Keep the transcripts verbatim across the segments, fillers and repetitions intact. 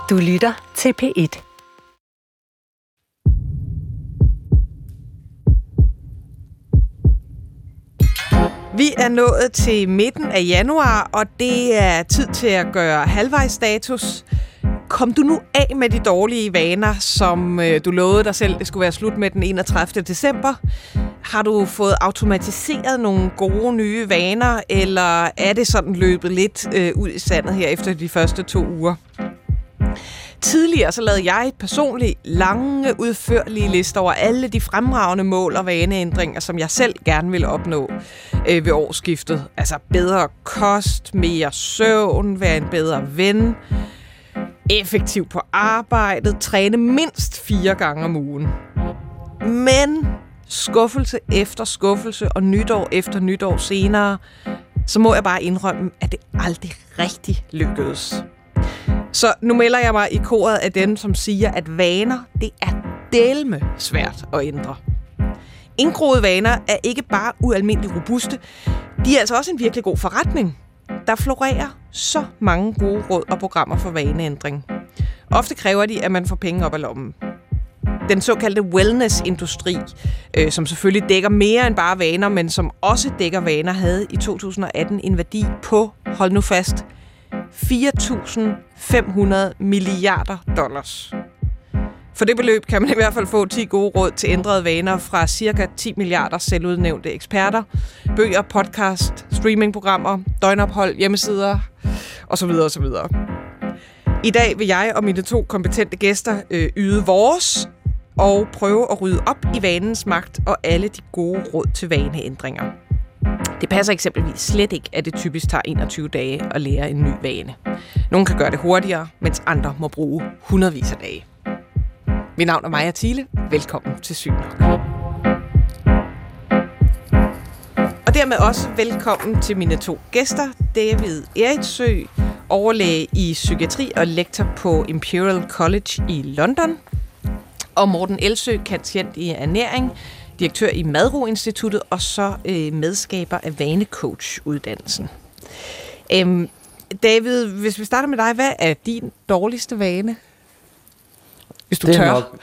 Du lytter til P et. Vi er nået til midten af januar, og det er tid til at gøre halvvejsstatus. Kom du nu af med de dårlige vaner, som øh, du lovede dig selv, det skulle være slut med den enogtredivte december? Har du fået automatiseret nogle gode nye vaner, eller er det sådan løbet lidt øh, ud i sandet her efter de første to uger? Tidligere så lavede jeg personligt lange, udførlige lister over alle de fremragende mål og vaneændringer, som jeg selv gerne ville opnå øh, ved årsskiftet. Altså bedre kost, mere søvn, være en bedre ven, effektiv på arbejdet, træne mindst fire gange om ugen. Men skuffelse efter skuffelse og nytår efter nytår senere, så må jeg bare indrømme, at det aldrig rigtig lykkedes. Så nu melder jeg mig i koret af dem, som siger, at vaner, det er dælme svært at ændre. Indgroede vaner er ikke bare ualmindeligt robuste, de er altså også en virkelig god forretning. Der florerer så mange gode råd og programmer for vaneændring. Ofte kræver de, at man får penge op af lommen. Den såkaldte wellness-industri, øh, som selvfølgelig dækker mere end bare vaner, men som også dækker vaner, havde i to tusind og atten en værdi på, hold nu fast, fire tusind fem hundrede milliarder dollars. For det beløb kan man i hvert fald få ti gode råd til ændrede vaner fra cirka ti milliarder selvudnævnte eksperter, bøger, podcast, streamingprogrammer, døgnophold, hjemmesider osv. osv. I dag vil jeg og mine to kompetente gæster øh, yde vores og prøve at rydde op i vanens magt og alle de gode råd til vaneændringer. Det passer eksempelvis slet ikke, at det typisk tager enogtyve dage at lære en ny vane. Nogle kan gøre det hurtigere, mens andre må bruge hundredvis af dage. Mit navn er Maja Thiele. Velkommen til Syg Nok. Og dermed også velkommen til mine to gæster. David Eriktsø, overlæge i psykiatri og lektor på Imperial College i London. Og Morten Elsø, kandidat i ernæring, direktør i Madro-instituttet og så øh, medskaber af vanecoach-uddannelsen. Øhm, David, hvis vi starter med dig, hvad er din dårligste vane? Hvis du det tør. Nok,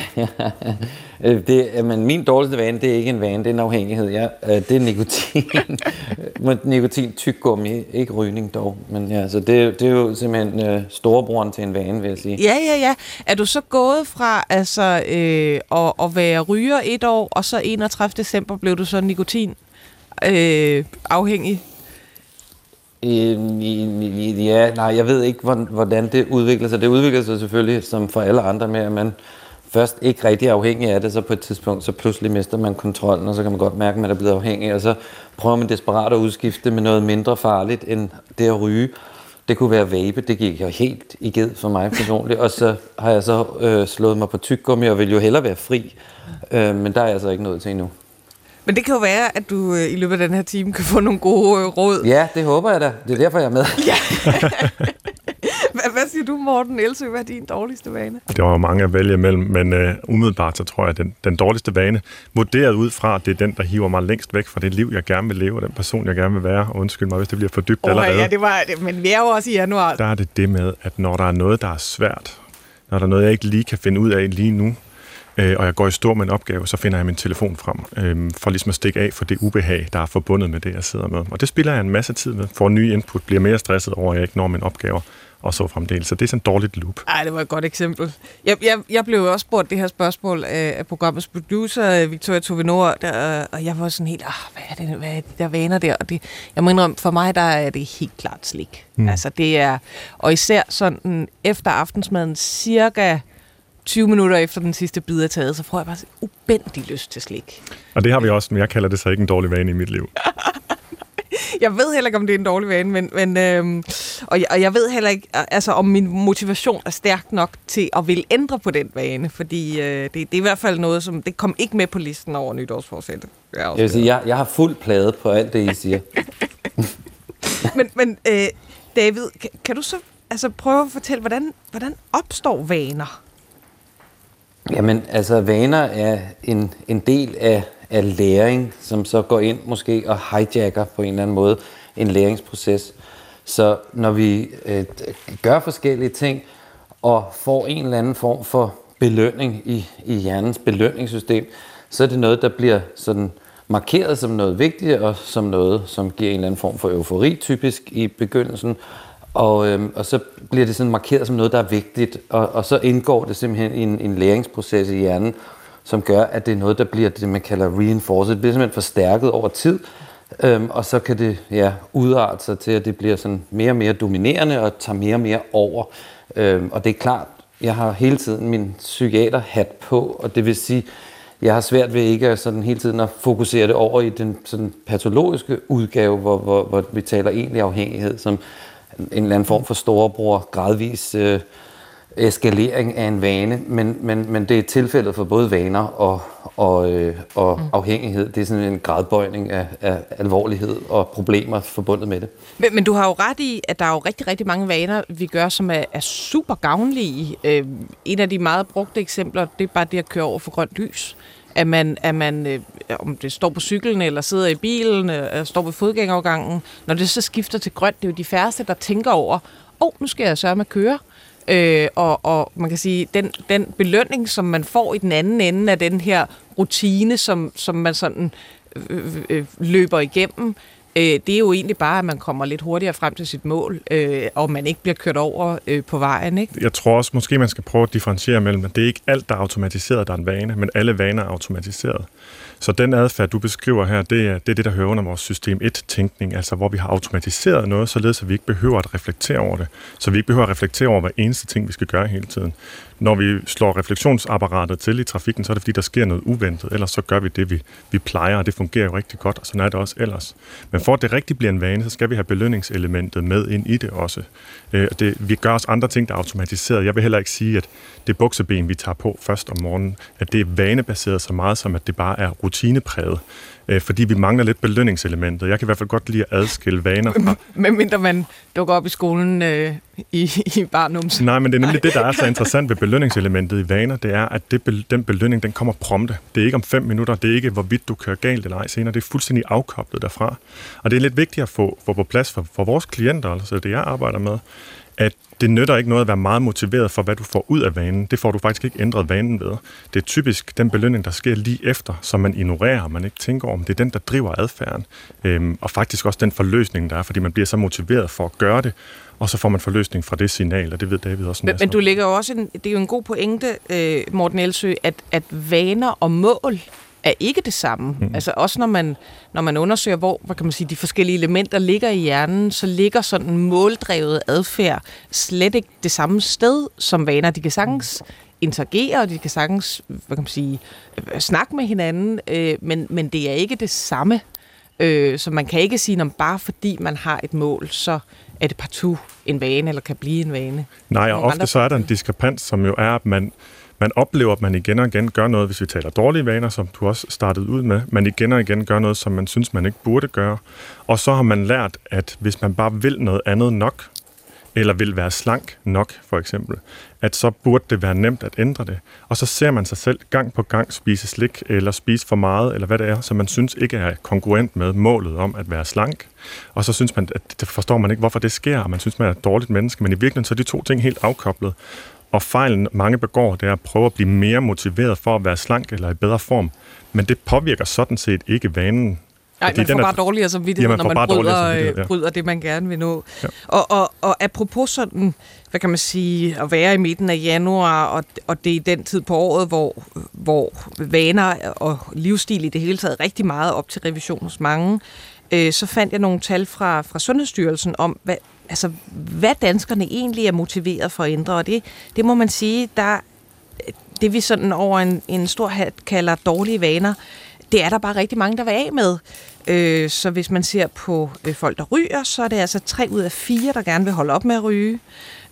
det, men min dårligste vane, det er ikke en vane, det er en afhængighed. Ja, det er nikotin. Nikotin, tyggegummi, ikke rygning dog. Men ja, så det, det er jo simpelthen øh, storebroren til en vane, vil jeg sige. Ja, ja, ja. Er du så gået fra altså, øh, at, at være ryger et år, og så enogtredivte december blev du så nikotin øh, afhængig? Ja, nej, jeg ved ikke, hvordan det udvikler sig. Det udvikler sig selvfølgelig, som for alle andre, med at man først ikke rigtig er afhængig af det, så på et tidspunkt, så pludselig mister man kontrollen, og så kan man godt mærke, at man er blevet afhængig, og så prøver man desperat at udskifte det med noget mindre farligt, end det at ryge. Det kunne være vape, det gik jo helt i ged for mig personligt, og så har jeg så øh, slået mig på tyggegummi, og vil jo hellere være fri, øh, men der er jeg så ikke nået til endnu. Men det kan jo være, at du øh, i løbet af den her time kan få nogle gode øh, råd. Ja, det håber jeg da. Det er derfor, jeg er med. Ja. Hvad siger du, Morten Elsø? Hvad er din dårligste vane? Det var mange at vælge imellem, men uh, umiddelbart så tror jeg, at den, den dårligste vane, vurderet ud fra, at det er den, der hiver mig længst væk fra det liv, jeg gerne vil leve, og den person, jeg gerne vil være. Og undskyld mig, hvis det bliver for dybt oh, allerede. Ja, det var det, men vi er jo også i januar. Der er det det med, at når der er noget, der er svært, når der er noget, jeg ikke lige kan finde ud af lige nu, øh, og jeg går i stå med en opgave, så finder jeg min telefon frem, øh, for ligesom at stikke af for det ubehag, der er forbundet med det, jeg sidder med. Og det spiller jeg en masse tid med, får nye input, bliver mere stresset over, at jeg ikke når mine opgaver, og så fremdeles. Så det er sådan et dårligt loop. Ej, det var et godt eksempel. Jeg, jeg, jeg blev jo også spurgt det her spørgsmål af, af programmets producer, Victoria Tovenor, der, og jeg var sådan helt, ah, hvad er det, hvad er de der vaner der? Og det, jeg må indrømme, for mig der er det helt klart slik. Mm. Altså det er, og især sådan efter aftensmaden, cirka tyve minutter efter den sidste bid er taget, så får jeg bare ubændig lyst til slik. Og det har vi også, men jeg kalder det så ikke en dårlig vane i mit liv. Jeg ved heller ikke, om det er en dårlig vane, men, men øhm, og, jeg, og jeg ved heller ikke, altså, om min motivation er stærk nok til at ville ændre på den vane, fordi øh, det, det er i hvert fald noget, som det kom ikke med på listen over nytårsforsæt. Jeg vil sige, jeg, jeg har fuld plade på alt det, I siger. men men øh, David, kan, kan du så altså, prøve at fortælle, hvordan, hvordan opstår vaner? Jamen, altså vaner er en, en del af, af læring, som så går ind måske og hijacker på en eller anden måde en læringsproces. Så når vi øh, gør forskellige ting, og får en eller anden form for belønning i, i hjernens belønningssystem, så er det noget, der bliver sådan markeret som noget vigtigt, og som noget, som giver en eller anden form for eufori, typisk i begyndelsen. Og, øhm, og så bliver det sådan markeret som noget, der er vigtigt, og, og så indgår det simpelthen i en, en læringsproces i hjernen, som gør, at det er noget, der bliver det, man kalder reinforced. Det bliver simpelthen forstærket over tid, øhm, og så kan det ja, udarte sig til, at det bliver sådan mere og mere dominerende og tager mere og mere over. Øhm, og det er klart, jeg har hele tiden min psykiaterhat på, og det vil sige, jeg har svært ved ikke sådan hele tiden at fokusere det over i den sådan patologiske udgave, hvor, hvor, hvor vi taler egentlig afhængighed, som en eller anden form for storebror, gradvis øh, eskalering af en vane, men, men, men det er tilfældet for både vaner og, og, øh, og mm. afhængighed. Det er sådan en gradbøjning af, af alvorlighed og problemer forbundet med det. Men, men du har jo ret i, at der er jo rigtig, rigtig mange vaner, vi gør, som er, er super gavnlige. Øh, en af de meget brugte eksempler, det er bare det at køre over for grønt lys. At man, at man øh, om det står på cyklen, eller sidder i bilen, eller står ved fodgængerovergangen, når det så skifter til grønt, det er jo de færreste, der tænker over, åh, oh, nu skal jeg sørge med at køre. Øh, og, og man kan sige, den, den belønning, som man får i den anden ende af den her rutine, som, som man sådan øh, øh, løber igennem, øh, det er jo egentlig bare, at man kommer lidt hurtigere frem til sit mål, øh, og man ikke bliver kørt over øh, på vejen, ikke? Jeg tror også, måske man skal prøve at differentiere mellem, at det er ikke alt, der er automatiseret, der er en vane, men alle vaner er automatiseret. Så den adfærd, du beskriver her, det er det, er det der hører under vores system et-tænkning, altså hvor vi har automatiseret noget, således at vi ikke behøver at reflektere over det. Så vi ikke behøver at reflektere over hver eneste ting, vi skal gøre hele tiden. Når vi slår refleksionsapparatet til i trafikken, så er det fordi, der sker noget uventet, ellers så gør vi det, vi, vi plejer, og det fungerer jo rigtig godt, og sådan er det også ellers. Men for at det rigtig bliver en vane, så skal vi have belønningselementet med ind i det også. Det, vi gør også andre ting, der er automatiseret. Jeg vil heller ikke sige, at det bukseben, vi tager på først om morgenen, at det er vanebaseret så meget, som at det bare er rutinepræget. Fordi vi mangler lidt belønningselementet. Jeg kan i hvert fald godt lide at adskille vaner fra... Men mindre man dukker op i skolen øh, i, i barnums. Nej, men det er nemlig det, der er så interessant ved belønningselementet i vaner, det er, at det, den belønning, den kommer prompte. Det er ikke om fem minutter, det er ikke, hvorvidt du kører galt eller ej senere, det er fuldstændig afkoblet derfra. Og det er lidt vigtigt at få, få på plads for, for vores klienter, altså det jeg arbejder med, at det nytter ikke noget at være meget motiveret for, hvad du får ud af vanen. Det får du faktisk ikke ændret vanen ved. Det er typisk den belønning, der sker lige efter, som man ignorerer, man ikke tænker om. Det er den, der driver adfærden. Øhm, og faktisk også den forløsning, der er, fordi man bliver så motiveret for at gøre det, og så får man forløsning fra det signal, og det ved David også. Men, men du lægger jo også en, det er jo en god pointe, øh, Morten Elsøe, at, at vaner og mål er ikke det samme. Mm. Altså også når man, når man undersøger, hvor hvad kan man sige, de forskellige elementer ligger i hjernen, så ligger sådan måldrevet adfærd slet ikke det samme sted som vaner. De kan sagtens interagere, og de kan sagtens hvad kan man sige, snakke med hinanden, øh, men, men det er ikke det samme. Øh, så man kan ikke sige, at bare fordi man har et mål, så er det partout en vane, eller kan blive en vane. Nej, og ofte så er der en diskrepans, som jo er, at man Man oplever, at man igen og igen gør noget, hvis vi taler dårlige vaner, som du også startede ud med. Man igen og igen gør noget, som man synes, man ikke burde gøre. Og så har man lært, at hvis man bare vil noget andet nok, eller vil være slank nok, for eksempel, at så burde det være nemt at ændre det. Og så ser man sig selv gang på gang spise slik, eller spise for meget, eller hvad det er, som man synes ikke er kongruent med målet om at være slank. Og så synes man, at det forstår man ikke, hvorfor det sker, og man synes, man er et dårligt menneske. Men i virkeligheden så er de to ting helt afkoblet. Og fejlen, mange begår, det er at prøve at blive mere motiveret for at være slank eller i bedre form. Men det påvirker sådan set ikke vanen. Nej, man får bare dårligere samvittighed, når man bryder, ja. bryder det, man gerne vil nå. Ja. Og, og, og apropos sådan, hvad kan man sige, at være i midten af januar, og, og det er den tid på året, hvor, hvor vaner og livsstil i det hele taget rigtig meget op til revision hos mange, øh, så fandt jeg nogle tal fra, fra Sundhedsstyrelsen om, hvad Altså, hvad danskerne egentlig er motiveret for at ændre, og det, det må man sige, der, det vi sådan over en, en stor hat kalder dårlige vaner, det er der bare rigtig mange, der vil af med. Øh, så hvis man ser på øh, folk, der ryger, så er det altså tre ud af fire, der gerne vil holde op med at ryge.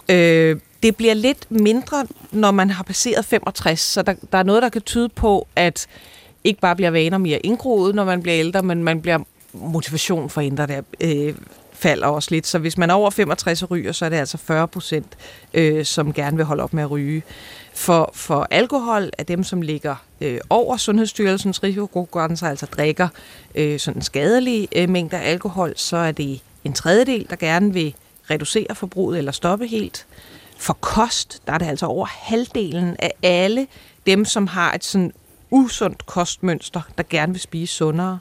Øh, det bliver lidt mindre, når man har passeret femogtres, så der, der er noget, der kan tyde på, at ikke bare bliver vaner mere indgroet, når man bliver ældre, men man bliver motivation for at ændre det øh, falder også lidt. Så hvis man er over femogtres og ryger, så er det altså fyrre procent, øh, som gerne vil holde op med at ryge. For, for alkohol er dem, som ligger øh, over Sundhedsstyrelsens risikogrænser, altså drikker øh, sådan en skadelig øh, mængde af alkohol, så er det en tredjedel, der gerne vil reducere forbruget eller stoppe helt. for kost, der er det altså over halvdelen af alle dem, som har et sådan usundt kostmønster, der gerne vil spise sundere.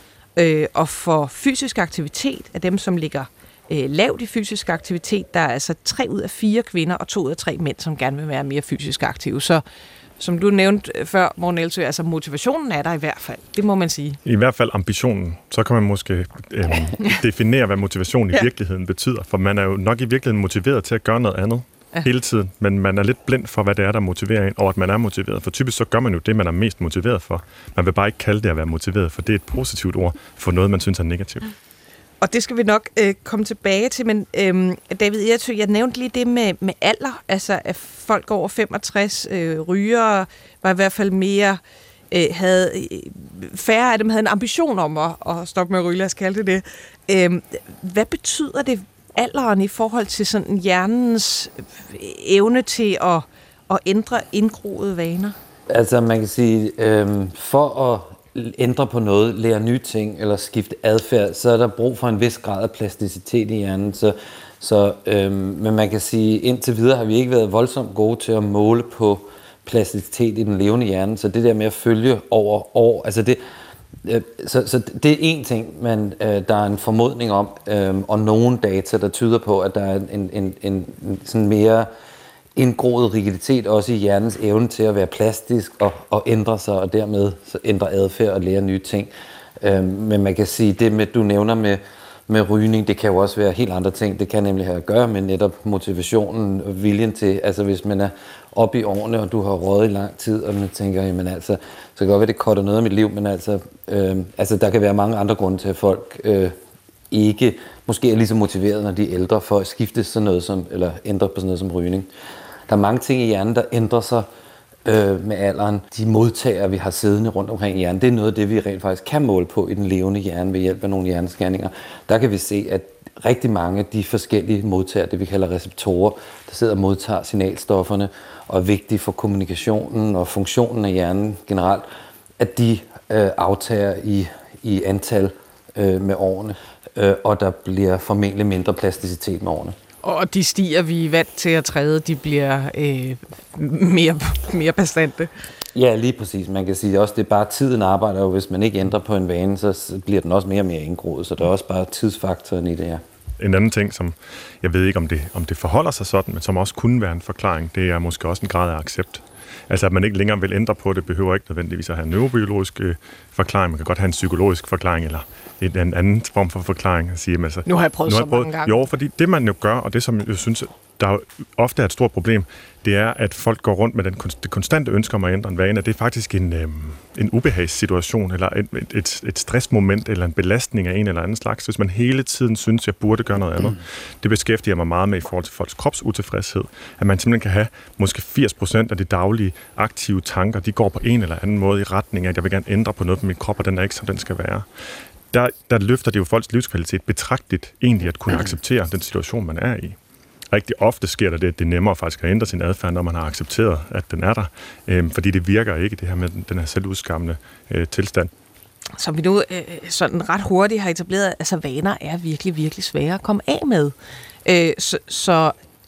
Øh, og for fysisk aktivitet, af dem, som ligger øh, lavt i fysisk aktivitet, der er altså tre ud af fire kvinder og to ud af tre mænd, som gerne vil være mere fysisk aktive. Så som du nævnte før, Morten Elsøe, altså motivationen er der i hvert fald. Det må man sige. I hvert fald ambitionen. Så kan man måske øh, definere, hvad motivation i ja. virkeligheden betyder. For man er jo nok i virkeligheden motiveret til at gøre noget andet ja. hele tiden. Men man er lidt blind for, hvad det er, der motiverer en, og at man er motiveret. For typisk så gør man jo det, man er mest motiveret for. Man vil bare ikke kalde det at være motiveret, for det er et positivt ord for noget, man synes er negativt. Og det skal vi nok øh, komme tilbage til, men øh, David Egertø, jeg nævnte lige det med, med alder, altså at folk over femogtres øh, rygere var i hvert fald mere, øh, havde øh, færre af dem havde en ambition om at, at stoppe med at ryge, lad os kalde det det. Øh, hvad betyder det alderen i forhold til sådan hjernens evne til at, at ændre indgroede vaner? Altså man kan sige, øh, for at ændre på noget, lære nye ting eller skifte adfærd, så er der brug for en vis grad af plasticitet i hjernen. Så, så, øhm, men man kan sige, indtil videre har vi ikke været voldsomt gode til at måle på plasticitet i den levende hjerne. Så det der med at følge over år, altså det, øh, så, så det er en ting, men øh, der er en formodning om, øh, og nogle data, der tyder på, at der er en, en, en, en sådan mere indgroet rigiditet også i hjernens evne til at være plastisk og, og ændre sig, og dermed så ændre adfærd og lære nye ting. Øhm, men man kan sige, det med, du nævner med, med rygning, det kan jo også være helt andre ting. Det kan nemlig have at gøre med netop motivationen og viljen til, altså hvis man er oppe i årene, og du har røget i lang tid, og man tænker, jamen altså, så kan det godt være, det cutter noget af mit liv, men altså, øhm, altså der kan være mange andre grunde til, at folk øh, ikke måske er lige så motiveret, når de er ældre, for at skifte sådan noget som, eller ændre på sådan noget som rygning. Der er mange ting i hjernen, der ændrer sig øh, med alderen. De modtager, vi har siddende rundt omkring i hjernen, det er noget af det, vi rent faktisk kan måle på i den levende hjerne ved hjælp af nogle hjernescanninger. Der kan vi se, at rigtig mange af de forskellige modtager, det vi kalder receptorer, der sidder og modtager signalstofferne og er vigtige for kommunikationen og funktionen af hjernen generelt, at de øh, aftager i, i antal øh, med årene, øh, og der bliver formentlig mindre plasticitet med årene. Og de stier, vi er vant til at træde, de bliver øh, mere, mere bastante. Ja, lige præcis. Man kan sige også, det er bare tiden arbejder jo. Hvis man ikke ændrer på en vane, så bliver den også mere og mere indgroet. Så der er også bare tidsfaktoren i det her. En anden ting, som jeg ved ikke, om det, om det forholder sig sådan, men som også kunne være en forklaring, det er måske også en grad af accept. Altså, at man ikke længere vil ændre på det, behøver ikke nødvendigvis at have en neurobiologisk øh, forklaring. Man kan godt have en psykologisk forklaring, eller en, en anden form for forklaring. At sige, altså, nu har jeg prøvet nu har så jeg prøvet, mange gange. Jo, fordi det, man jo gør, og det, som jeg synes, der ofte er et stort problem, det er, at folk går rundt med den, det konstante ønske om at ændre en vane. Det er faktisk en, øh, en ubehagssituation, eller et, et, et stressmoment, eller en belastning af en eller anden slags. Hvis man hele tiden synes, jeg burde gøre noget andet. Mm. Det beskæftiger mig meget med i forhold til folks kropsutilfredshed. At man simpelthen kan have måske firs procent af de daglige aktive tanker, de går på en eller anden måde i retning af, at jeg vil gerne ændre på noget på min krop, og den er ikke, som den skal være. Der, der løfter det jo folks livskvalitet betragteligt egentlig at kunne acceptere den situation, man er i. Rigtig ofte sker der det, at det er nemmere faktisk at ændre sin adfærd, når man har accepteret, at den er der. Øhm, fordi det virker ikke, det her med den her selvudskammende øh, tilstand. Som vi nu øh, sådan ret hurtigt har etableret, altså vaner er virkelig, virkelig svære at komme af med. Øh, så, så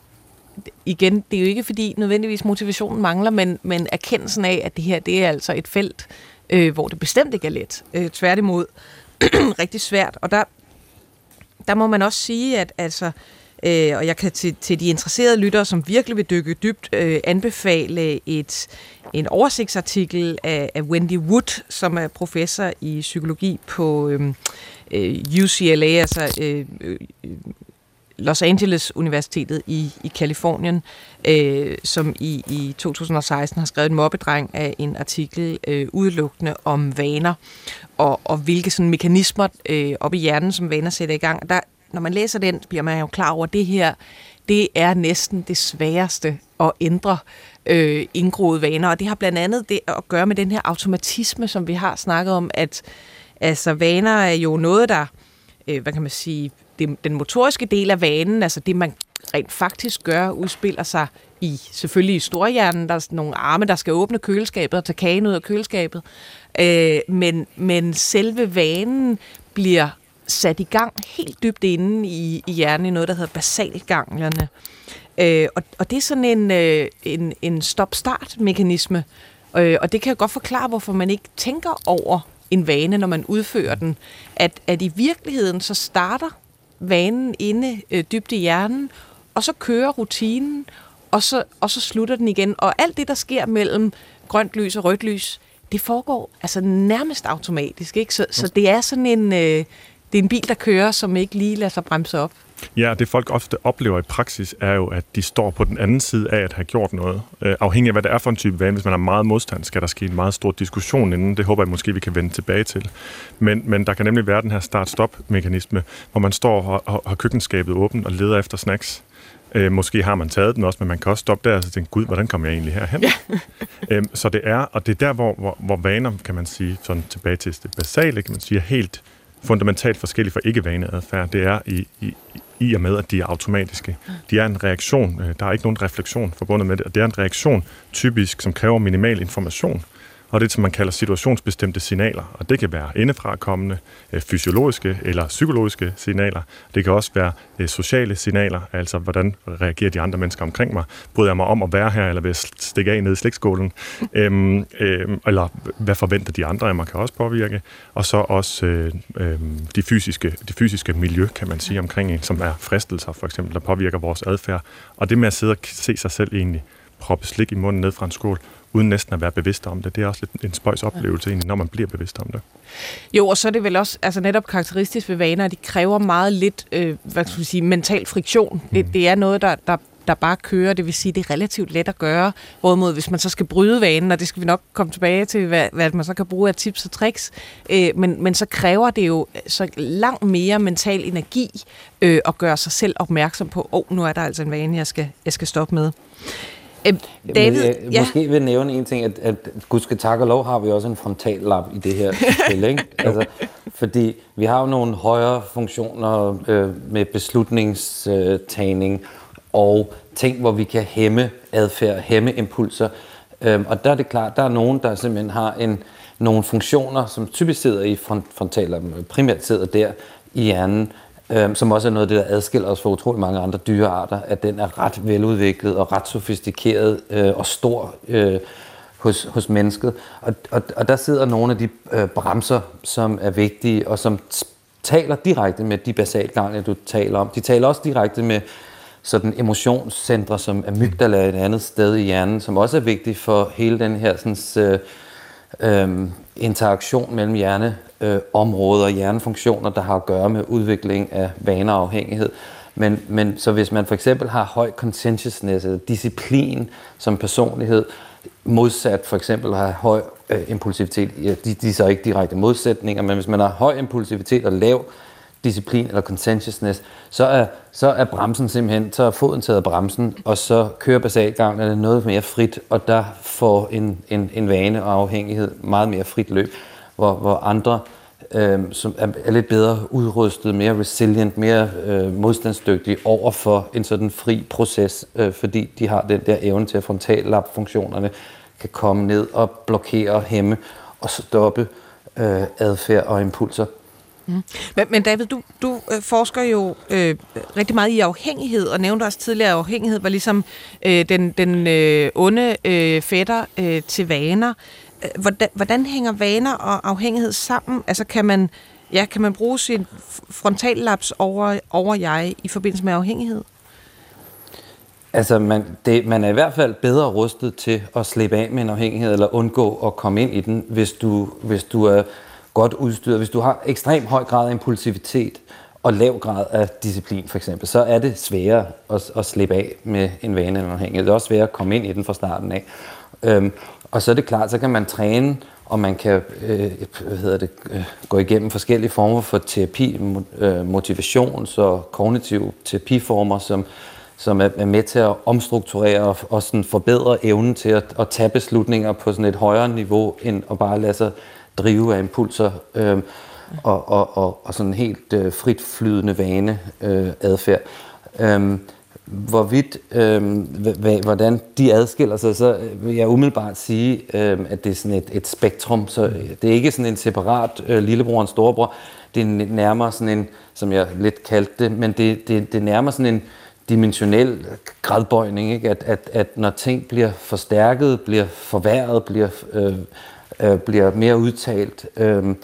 igen, det er jo ikke fordi nødvendigvis motivationen mangler, men, men erkendelsen af, at det her, det er altså et felt, øh, hvor det bestemt ikke er let. Øh, tværtimod rigtig svært. Og der, der må man også sige, at altså, øh, og jeg kan til, til de interesserede lyttere, som virkelig vil dykke dybt, øh, anbefale et, en oversigtsartikel af, af Wendy Wood, som er professor i psykologi på øh, U C L A, altså øh, øh, Los Angeles Universitetet i, i Kalifornien, øh, som i, i to tusind og seksten har skrevet en mobbedreng af en artikel øh, udelukkende om vaner, og, og hvilke sådan mekanismer øh, op i hjernen, som vaner sætter i gang. Der, når man læser den, bliver man jo klar over, at det her, det er næsten det sværeste at ændre øh, indgroede vaner, og det har blandt andet det at gøre med den her automatisme, som vi har snakket om, at altså, vaner er jo noget, der, øh, hvad kan man sige, det, den motoriske del af vanen, altså det, man rent faktisk gør, udspiller sig i, selvfølgelig i storhjernen. Der er nogle arme, der skal åbne køleskabet og tage kagen ud af køleskabet. Øh, men, men selve vanen bliver sat i gang helt dybt inde i, i hjernen i noget, der hedder basalganglierne. Øh, og, og det er sådan en, øh, en, en stop-start-mekanisme, øh, og det kan godt forklare, hvorfor man ikke tænker over en vane, når man udfører den. At, at i virkeligheden, så starter vanen inde øh, dybt i hjernen, og så kører rutinen, og så, og så slutter den igen. Og alt det, der sker mellem grønt lys og rødt lys, det foregår altså nærmest automatisk, ikke? Så, så det er sådan en, øh, det er en bil, der kører, som ikke lige lader sig bremse op. Ja, det folk ofte oplever i praksis, er jo, at de står på den anden side af at have gjort noget. Øh, afhængig af, hvad det er for en type vane. Hvis man har meget modstand, skal der ske en meget stor diskussion inden. Det håber jeg måske, vi kan vende tilbage til. Men, men der kan nemlig være den her start-stop-mekanisme, hvor man står og har køkkenskabet åbent og leder efter snacks. Øh, måske har man taget den også, men man kan også stoppe der og tænke, gud, hvordan kommer jeg egentlig herhen? Ja. øhm, så det er, og det er der, hvor, hvor, hvor vaner, kan man sige, sådan tilbage til det basale, kan man sige, er helt fundamentalt forskellige fra ikke-vaneadfærd. Det er i, i, i og med, at de er automatiske. De er en reaktion. Der er ikke nogen refleksion forbundet med det, og det er en reaktion typisk, som kræver minimal information. Og det, som man kalder situationsbestemte signaler. Og det kan være indefrakommende, fysiologiske eller psykologiske signaler. Det kan også være sociale signaler, altså hvordan reagerer de andre mennesker omkring mig. Bryder jeg mig om at være her, eller vil jeg stikke af ned i slægtskålen? øhm, øhm, eller hvad forventer de andre af mig, kan også påvirke. Og så også øh, øh, de, fysiske, de fysiske miljø, kan man sige, omkring en, som er fristelser, for eksempel, der påvirker vores adfærd. Og det med at sidde og se sig selv egentlig proppe slik i munden ned fra en skål, uden næsten at være bevidst om det. Det er også lidt en spøjs oplevelse, egentlig, når man bliver bevidst om det. Jo, og så er det vel også altså netop karakteristisk ved vaner, at de kræver meget lidt øh, hvad skal man sige, mental friktion. Mm. Det, det er noget, der, der, der bare kører, det vil sige, det er relativt let at gøre. Hvorimod, hvis man så skal bryde vanen, og det skal vi nok komme tilbage til, hvad, hvad man så kan bruge af tips og tricks, øh, men, men så kræver det jo så langt mere mental energi øh, at gøre sig selv opmærksom på, åh, oh, nu er der altså en vane, jeg skal, jeg skal stoppe med. David, jeg, ja. Måske vil nævne en ting, at, at Gud skal tak og lov, har vi også en frontallap i det her spil, ikke? Altså, fordi vi har jo nogle højere funktioner øh, med beslutningstagning og ting, hvor vi kan hæmme adfærd, hæmme impulser. Øhm, og der er det klart, der er nogen, der simpelthen har en, nogle funktioner, som typisk sidder i front, frontallappen, primært sidder der i hjernen, Øhm, som også er noget af det, der adskiller os fra utrolig mange andre dyrearter, at den er ret veludviklet og ret sofistikeret øh, og stor øh, hos, hos mennesket. Og, og, og der sidder nogle af de øh, bremser, som er vigtige, og som taler direkte med de basalganglier, du taler om. De taler også direkte med sådan emotionscentre, som amygdala er et andet sted i hjernen, som også er vigtigt for hele den her sådan, øh, øh, interaktion mellem hjerne Øh, områder og hjernefunktioner, der har at gøre med udvikling af vaner og afhængighed. Men, men så hvis man for eksempel har høj conscientiousness eller disciplin som personlighed, modsat for eksempel at have høj øh, impulsivitet, ja, de, de er så ikke direkte modsætninger, men hvis man har høj impulsivitet og lav disciplin eller conscientiousness, så er, så er bremsen simpelthen, så er foden taget af bremsen, og så kører basalganglierne noget mere frit, og der får en, en, en vane og afhængighed meget mere frit løb. Hvor, hvor andre, øh, som er, er lidt bedre udrustet, mere resilient, mere øh, modstandsdygtige over for en sådan fri proces, øh, fordi de har den der evne til, at frontallapfunktionerne kan komme ned og blokere og hæmme og stoppe øh, adfærd og impulser. Mm. Men, men David, du, du øh, forsker jo øh, rigtig meget i afhængighed, og nævnte også tidligere, at afhængighed var ligesom øh, den, den øh, onde øh, fætter øh, til vaner. Hvordan, hvordan hænger vaner og afhængighed sammen? Altså kan man, ja, kan man bruge sin frontallaps over, over jeg i forbindelse med afhængighed? Altså man, det, man er i hvert fald bedre rustet til at slippe af med en afhængighed eller undgå at komme ind i den, hvis du, hvis du er godt udstyret. Hvis du har ekstrem høj grad af impulsivitet og lav grad af disciplin for eksempel, så er det sværere at, at slippe af med en vane eller en afhængighed. Det er også sværere at komme ind i den fra starten af. Øhm, Og så er det klart, så kan man træne, og man kan øh, hvad hedder det, øh, gå igennem forskellige former for terapi, øh, motivations- og kognitive terapiformer, som, som er, er med til at omstrukturere og, og sådan forbedre evnen til at, at tage beslutninger på sådan et højere niveau, end at bare lade sig drive af impulser øh, og, og, og, og sådan helt øh, frit flydende vane øh, adfærd. Øh, hvorvidt, øh, h- hvordan de adskiller sig, så vil jeg umiddelbart sige, øh, at det er sådan et, et spektrum. Så det er ikke sådan en separat øh, lillebror og storebror. Det er nærmere sådan en, som jeg lidt kaldte det, men det, det, det er nærmere sådan en dimensionel gradbøjning, ikke? At, at, at når ting bliver forstærket, bliver forværret, bliver, øh, øh, bliver mere udtalt, øh,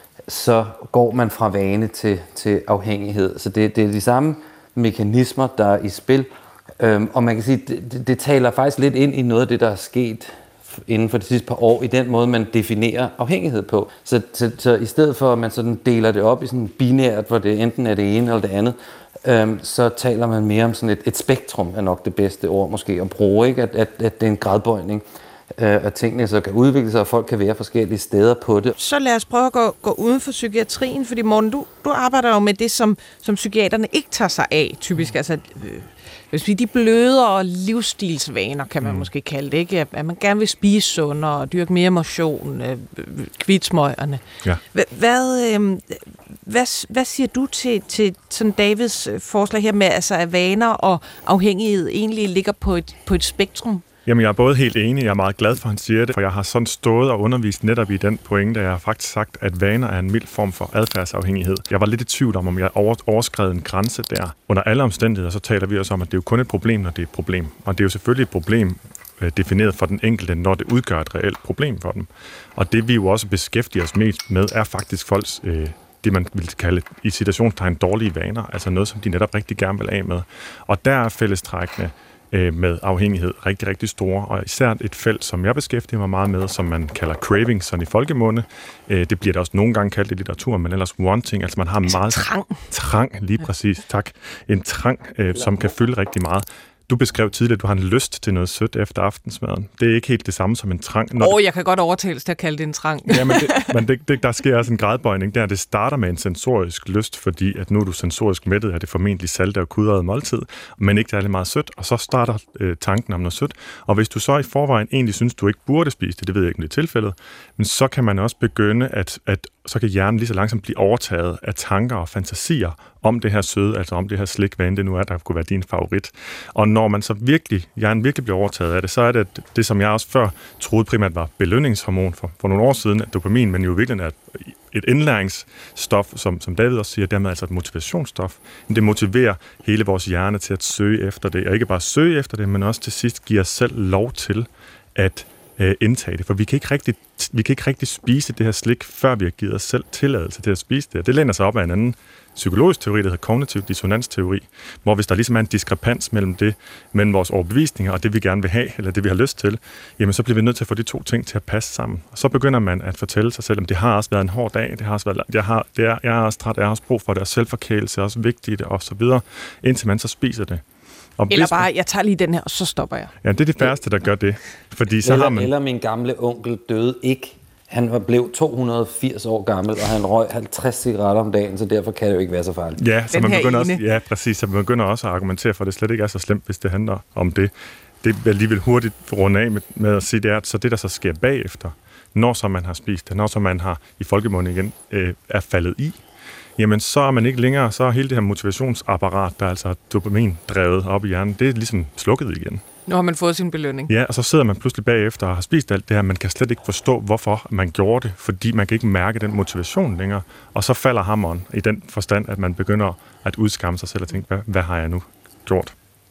så går man fra vane til, til afhængighed. Så det, det er de samme mekanismer, der er i spil. Øhm, og man kan sige, det, det, det taler faktisk lidt ind i noget af det, der er sket inden for de sidste par år, i den måde, man definerer afhængighed på. Så, så, så i stedet for, at man sådan deler det op i sådan binært, hvor det enten er det ene eller det andet, øhm, så taler man mere om sådan et, et spektrum, er nok det bedste ord måske at bruge, ikke? At, at, at det er en gradbøjning, at tingene så kan udvikle sig, og folk kan være forskellige steder på det. Så lad os prøve at gå, gå uden for psykiatrien, fordi Morten, du, du arbejder jo med det, som, som psykiaterne ikke tager sig af, typisk. Altså, øh, hvis vi de bløde og livsstilsvaner, kan man mm. måske kalde det, ikke? At man gerne vil spise sundere og dyrke mere motion, øh, kvitsmøgerne. Ja. Hvad, øh, hvad, hvad siger du til, til sådan Davids forslag her med, altså, at vaner og afhængighed egentlig ligger på et, på et spektrum? Jamen, jeg er både helt enig, jeg er meget glad for, at han siger det, for jeg har sådan stået og undervist netop i den pointe, jeg har faktisk sagt, at vaner er en mild form for adfærdsafhængighed. Jeg var lidt i tvivl om, om jeg overskred en grænse der. Under alle omstændigheder, så taler vi også om, at det er jo kun et problem, når det er et problem. Og det er jo selvfølgelig et problem defineret for den enkelte, når det udgør et reelt problem for dem. Og det vi jo også beskæftiger os mest med, er faktisk folks øh, det, man vil kalde i citationstegn dårlige vaner, altså noget, som de netop rigtig gerne vil af med. Og der er fællestrækkene med afhængighed rigtig, rigtig store, og især et felt, som jeg beskæftiger mig meget med, som man kalder craving, sådan i folkemunde. Det bliver der også nogle gange kaldt i litteraturen, men ellers wanting, altså man har altså meget... Trang. Trang, lige præcis, tak. En trang, som kan fylde rigtig meget. Du beskrev tidligere, at du har en lyst til noget sødt efter aftensmaden. Det er ikke helt det samme som en trang. Åh, oh, det... jeg kan godt overtales til at kalde det en trang. Ja, men, det, men det, det, der sker også en gradbøjning der. Det starter med en sensorisk lyst, fordi at nu er du sensorisk mættet af det formentlig salte og krydrede måltid, men ikke særlig meget sødt, og så starter øh, tanken om noget sødt. Og hvis du så i forvejen egentlig synes, du ikke burde spise det, det ved jeg ikke, om det er tilfældet, men så kan man også begynde, at, at så kan hjernen lige så langsomt blive overtaget af tanker og fantasier om det her søde, altså om det her slik, hvad end det nu er, der kunne være din favorit. Og når man så virkelig, hjernen virkelig bliver overtaget af det, så er det det, som jeg også før troede primært var belønningshormon for, for nogle år siden, at dopamin, men jo virkelig er et indlæringsstof, som, som David også siger, dermed altså et motivationsstof. Men det motiverer hele vores hjerne til at søge efter det, og ikke bare søge efter det, men også til sidst giver os selv lov til at øh, indtage det, for vi kan ikke rigtig vi kan ikke rigtig spise det her slik, før vi har givet os selv tilladelse til at spise det. Det læner sig op af en anden psykologisk teori, der hedder kognitiv dissonansteori, hvor hvis der ligesom er en diskrepans mellem det, mellem vores overbevisninger og det, vi gerne vil have, eller det, vi har lyst til, jamen så bliver vi nødt til at få de to ting til at passe sammen. Og så begynder man at fortælle sig selv, at det har også været en hård dag, det har også været, jeg, har, det er, jeg er også træt, jeg har også brug for det, og selvforkælelse er også vigtigt, og så videre, indtil man så spiser det. Og eller bare, jeg tager lige den her, og så stopper jeg. Ja, det er de færreste, der gør det. Fordi så eller, har man... eller min gamle onkel døde ikke. Han var blev to hundrede og firs år gammel, og han røg halvtreds cigaretter om dagen, så derfor kan det jo ikke være så farligt. Ja, så man begynder også, ja, præcis, så man begynder også at argumentere for, at det slet ikke er så slemt, hvis det handler om det. Det vil alligevel hurtigt runde af med, med at sige, det er, at så det, der så sker bagefter, når så man har spist det, når så man har i folkemunde igen øh, er faldet i, jamen så er man ikke længere, så er hele det her motivationsapparat, der er altså dopamin drevet op i hjernen, det er ligesom slukket igen. Nu har man fået sin belønning. Ja, og så sidder man pludselig bagefter og har spist alt det her. Man kan slet ikke forstå, hvorfor man gjorde det, fordi man kan ikke mærke den motivation længere. Og så falder hammeren i den forstand, at man begynder at udskamme sig selv og tænke, hvad, hvad har jeg nu gjort?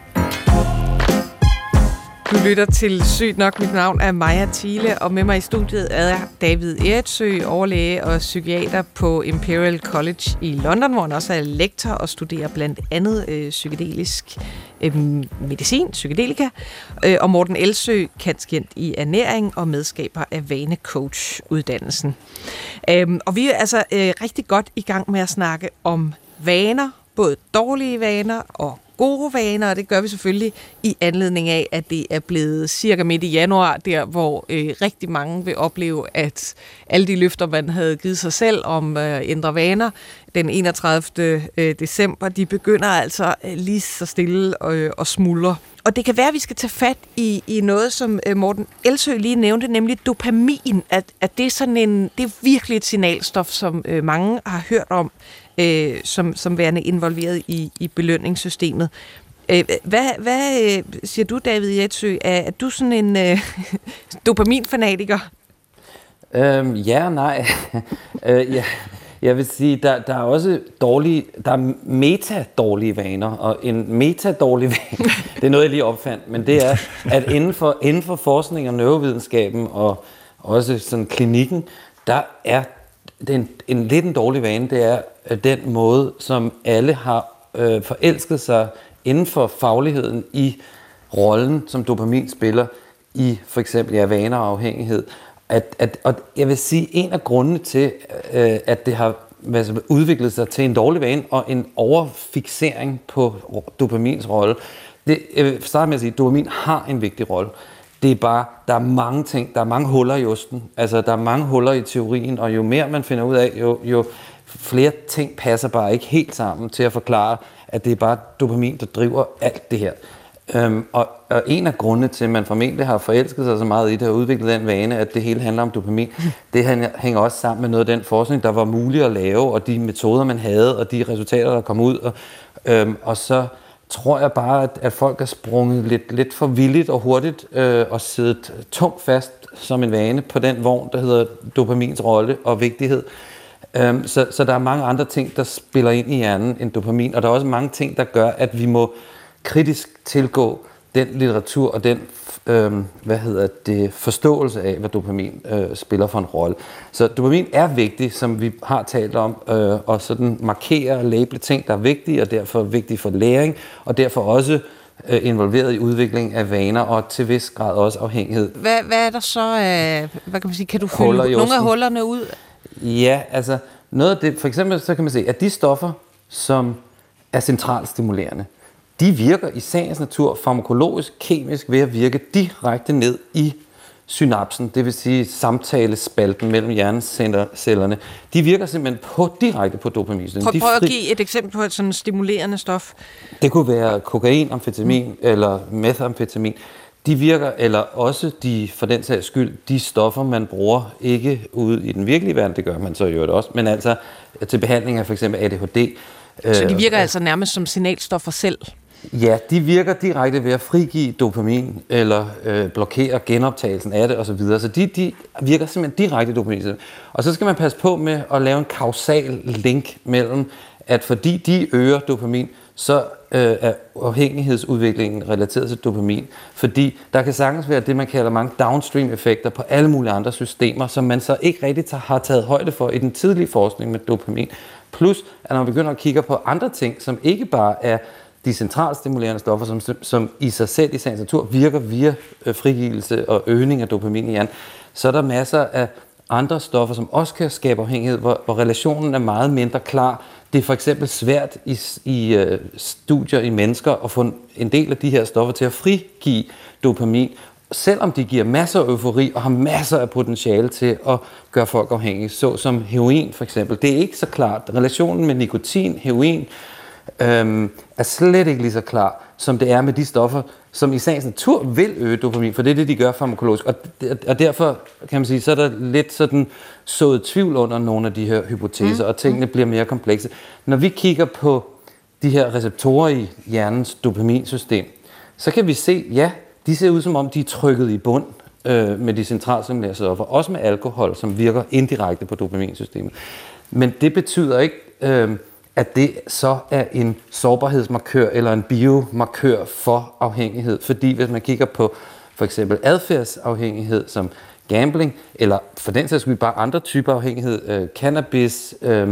Du lytter til Sygt nok. Mit navn er Maja Thiele, og med mig i studiet er David Eretsø, overlæge og psykiater på Imperial College i London, hvor han også er lektor og studerer blandt andet øh, psykedelisk øh, medicin, psykedelika, øh, og Morten Elsø, kanskent i ernæring og medskaber af vanecoach-uddannelsen. Øh, og vi er altså øh, rigtig godt i gang med at snakke om vaner, både dårlige vaner og gode vaner, og det gør vi selvfølgelig i anledning af, at det er blevet cirka midt i januar, der hvor øh, rigtig mange vil opleve, at alle de løfter, man havde givet sig selv om øh, ændre vaner, den enogtredivte december, de begynder altså øh, lige så stille øh, og smuldre. Og det kan være, at vi skal tage fat i, i noget, som øh, Morten Elsø lige nævnte, nemlig dopamin, at, at det er sådan en, det er virkelig et signalstof, som øh, mange har hørt om, Øh, som, som værende involveret i, i belønningssystemet. Hvad, hvad siger du, David Jetsø? Er, er du sådan en øh, dopaminfanatiker? Øhm, ja og nej. øh, ja. Jeg vil sige, der, der er også dårlige, der er meta-dårlige vaner, og en meta-dårlig vane, det er noget, jeg lige opfandt, men det er, at inden for, inden for forskning og neurovidenskaben, og også sådan klinikken, der er den, en lidt en dårlig vane, det er den måde, som alle har øh, forelsket sig inden for fagligheden i rollen, som dopamin spiller i for eksempel ja, vaner og afhængighed. At, at, og jeg vil sige, en af grundene til, øh, at det har altså, udviklet sig til en dårlig vane og en overfixering på dopamins rolle, det, jeg vil starte med at sige, at dopamin har en vigtig rolle. Det er bare, der er mange ting, der er mange huller i osten, altså der er mange huller i teorien, og jo mere man finder ud af, jo, jo flere ting passer bare ikke helt sammen til at forklare, at det er bare dopamin, der driver alt det her. Øhm, og, og en af grundene til, at man formentlig har forelsket sig så meget i det og udviklet den vane, at det hele handler om dopamin, det hænger også sammen med noget af den forskning, der var mulig at lave, og de metoder, man havde, og de resultater, der kom ud. Og, øhm, og så tror jeg bare, at, at folk er sprunget lidt, lidt for villigt og hurtigt øh, og siddet tungt fast som en vane på den vogn, der hedder dopamins rolle og vigtighed. Øhm, så, så der er mange andre ting, der spiller ind i hjernen end dopamin, og der er også mange ting, der gør, at vi må kritisk tilgå den litteratur og den øh, hvad hedder det, forståelse af, hvad dopamin øh, spiller for en rolle. Så dopamin er vigtig, som vi har talt om, øh, og sådan markere og label ting, der er vigtige, og derfor vigtige for læring, og derfor også øh, involveret i udvikling af vaner, og til vis grad også afhængighed. Hvad, hvad er der så af, hvad kan man sige, kan du fylde nogle af hullerne ud? Ja, altså noget af det, for eksempel så kan man se, at de stoffer, som er centralt stimulerende, de virker i sagens natur farmakologisk, kemisk ved at virke direkte ned i synapsen, det vil sige samtalespalten mellem hjernecellerne. De virker simpelthen på, direkte på dopamin. Prøv, prøv at give et eksempel på et sådan stimulerende stof. Det kunne være kokain, amfetamin mm. eller methamfetamin. De virker, eller også de, for den sags skyld, de stoffer, man bruger ikke ude i den virkelige verden, det gør man så jo også, men altså til behandling af for eksempel A D H D. Så de virker øh, altså nærmest som signalstoffer selv? Ja, de virker direkte ved at frigive dopamin, eller øh, blokere genoptagelsen af det osv. Så de, de virker simpelthen direkte dopamin. Og så skal man passe på med at lave en kausal link mellem, at fordi de øger dopamin, så øh, er afhængighedsudviklingen relateret til dopamin. Fordi der kan sagtens være det, man kalder mange downstream-effekter på alle mulige andre systemer, som man så ikke rigtig har taget højde for i den tidlige forskning med dopamin. Plus, at når man begynder at kigge på andre ting, som ikke bare er de centralstimulerende stoffer, som, som i sig selv i sagens natur virker via øh, frigivelse og øgning af dopamin i hjernen, så er der masser af andre stoffer, som også kan skabe afhængighed, hvor, hvor relationen er meget mindre klar. Det er for eksempel svært i, i øh, studier i mennesker at få en del af de her stoffer til at frigive dopamin, selvom de giver masser af eufori og har masser af potentiale til at gøre folk afhængige, såsom heroin for eksempel. Det er ikke så klart. Relationen med nikotin, heroin, øhm, er slet ikke lige så klar, som det er med de stoffer, som i sagens natur vil øge dopamin, for det er det, de gør farmakologisk. Og, og derfor kan man sige, så er der lidt sådan sået tvivl under nogle af de her hypoteser, mm. og tingene bliver mere komplekse. Når vi kigger på de her receptorer i hjernens dopaminsystem, så kan vi se, ja, de ser ud som om, de er trykket i bund øh, med de centralstimulerende stoffer, også med alkohol, som virker indirekte på dopaminsystemet. Men det betyder ikke, øh, at det så er en sårbarhedsmarkør eller en biomarkør for afhængighed. Fordi hvis man kigger på for eksempel adfærdsafhængighed som gambling, eller for den sags skyld bare andre typer afhængighed, øh, cannabis, øh,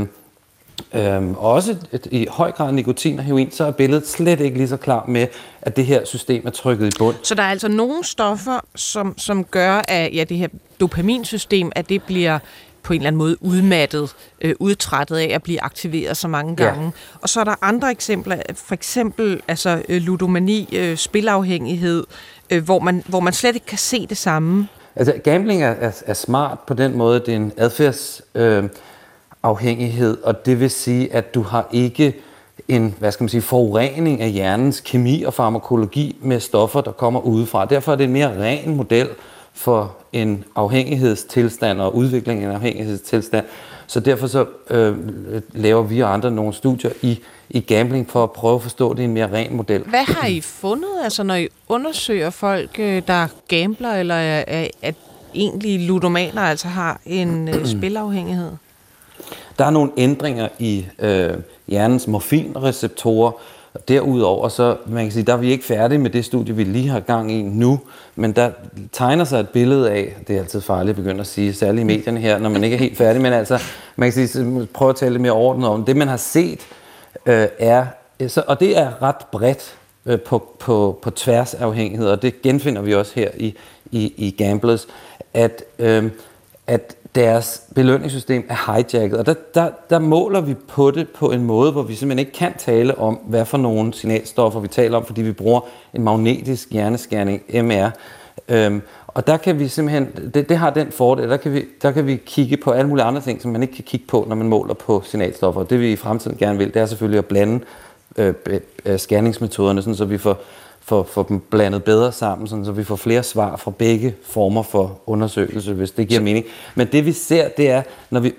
Øhm, også et, i høj grad nikotin og heroin, så er billedet slet ikke lige så klar med, at det her system er trykket i bund. Så der er altså nogle stoffer, som, som gør, at ja, det her dopaminsystem, at det bliver på en eller anden måde udmattet, øh, udtrættet af at blive aktiveret så mange gange. Ja. Og så er der andre eksempler, for eksempel altså, øh, ludomani, øh, spilafhængighed, øh, hvor, man, hvor man slet ikke kan se det samme. Altså gambling er, er, er smart på den måde, det er en adfærds... Øh, afhængighed, og det vil sige, at du har ikke en, hvad skal man sige, forurening af hjernens kemi og farmakologi med stoffer, der kommer udefra. Derfor er det en mere ren model for en afhængighedstilstand og udvikling af en afhængighedstilstand, Så derfor så øh, laver vi og andre nogle studier i, i gambling for at prøve at forstå det i en mere ren model. Hvad har I fundet, altså når I undersøger folk, der gambler eller er, er, er egentlig ludomaner, altså har en øh, spilafhængighed? Der er nogle ændringer i øh, hjernens morfinreceptorer. Derudover så, man kan sige, der er vi ikke færdige med det studie, vi lige har gang i nu, men der tegner sig et billede af, det er altid farligt at begynde at sige, særligt i medierne her, når man ikke er helt færdig, men altså, man kan sige, prøve at tale lidt mere ordnet om det, man har set, øh, er, så, og det er ret bredt øh, på, på, på tværs af afhængighed, og det genfinder vi også her i, i, i Gamblers, at, øh, at deres belønningssystem er hijacket, og der, der, der måler vi på det på en måde, hvor vi simpelthen ikke kan tale om, hvad for nogle signalstoffer vi taler om, fordi vi bruger en magnetisk hjernescanning, M R. Øhm, og der kan vi simpelthen, det, det har den fordel, der kan, vi, der kan vi kigge på alle mulige andre ting, som man ikke kan kigge på, når man måler på signalstoffer. Det vi i fremtiden gerne vil, det er selvfølgelig at blande øh, øh, scanningsmetoderne, sådan, så vi får For, for dem blandet bedre sammen, sådan, så vi får flere svar fra begge former for undersøgelse, hvis det giver mening. Men det vi ser, det er, når vi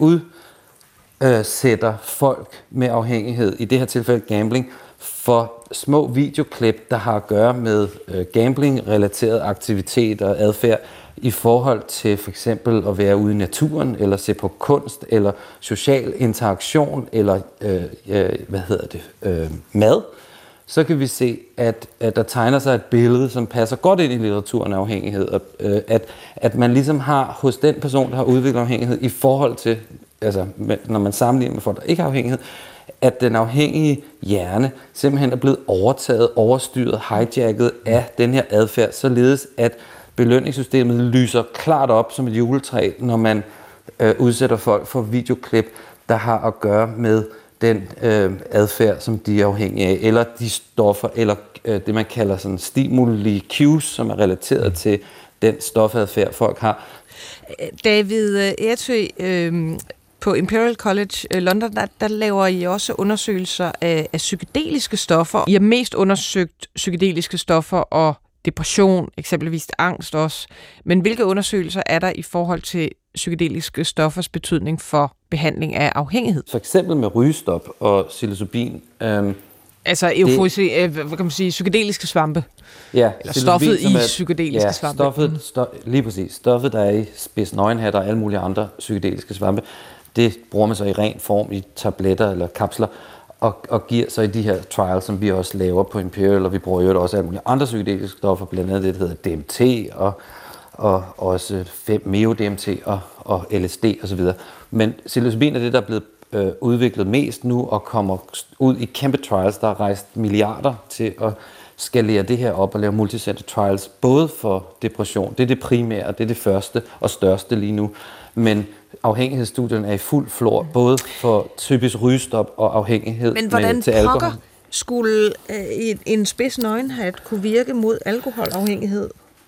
udsætter folk med afhængighed, i det her tilfælde gambling, for små videoklip, der har at gøre med øh, gambling-relateret aktivitet og adfærd, i forhold til for eksempel at være ude i naturen, eller se på kunst, eller social interaktion, eller øh, øh, hvad hedder det, øh, mad, så kan vi se, at, at der tegner sig et billede, som passer godt ind i litteraturen af afhængighed. Og, øh, at, at man ligesom har hos den person, der har udviklet afhængighed, i forhold til, altså når man sammenligner med folk, der ikke har afhængighed, at den afhængige hjerne simpelthen er blevet overtaget, overstyret, hijacket af den her adfærd, således at belønningssystemet lyser klart op som et juletræ, når man øh, udsætter folk for videoklip, der har at gøre med den øh, adfærd, som de er afhængige af, eller de stoffer, eller øh, det man kalder sådan stimuli cues, som er relateret til den stofadfærd, folk har. David Ertø, øh, på Imperial College London, der, der laver I også undersøgelser af, af psykedeliske stoffer. I har mest undersøgt psykedeliske stoffer og depression, eksempelvis angst også. Men hvilke undersøgelser er der i forhold til psykedeliske stoffers betydning for behandling af afhængighed? For eksempel med rygestop og psilocybin. Øhm, altså eufori, det, hvad kan man sige, psykedeliske svampe? Ja, eller stoffet i er, psykedeliske ja, svampe? Stoffet, sto, lige præcis. Stoffet, der er i spidsnøgenhatter og alle mulige andre psykedeliske svampe, det bruger man så i ren form i tabletter eller kapsler, og, og giver så i de her trials, som vi også laver på Imperial, og vi bruger jo også alle mulige andre psykedeliske stoffer, blandt andet det, der hedder D M T, og, og også fem meo D M T og, og L S D osv. Men psilocybin er det, der er blevet øh, udviklet mest nu, og kommer ud i kæmpe trials, der har rejst milliarder til at skalere det her op og lave multicenter trials, både for depression, det er det primære, det er det første og største lige nu, men afhængighedsstudien er i fuld flor, både for typisk rygestop og afhængighed Men hvordan med, til alkohol. pokker skulle øh, en spids nøgenhat kunne virke mod alkoholafhængighed?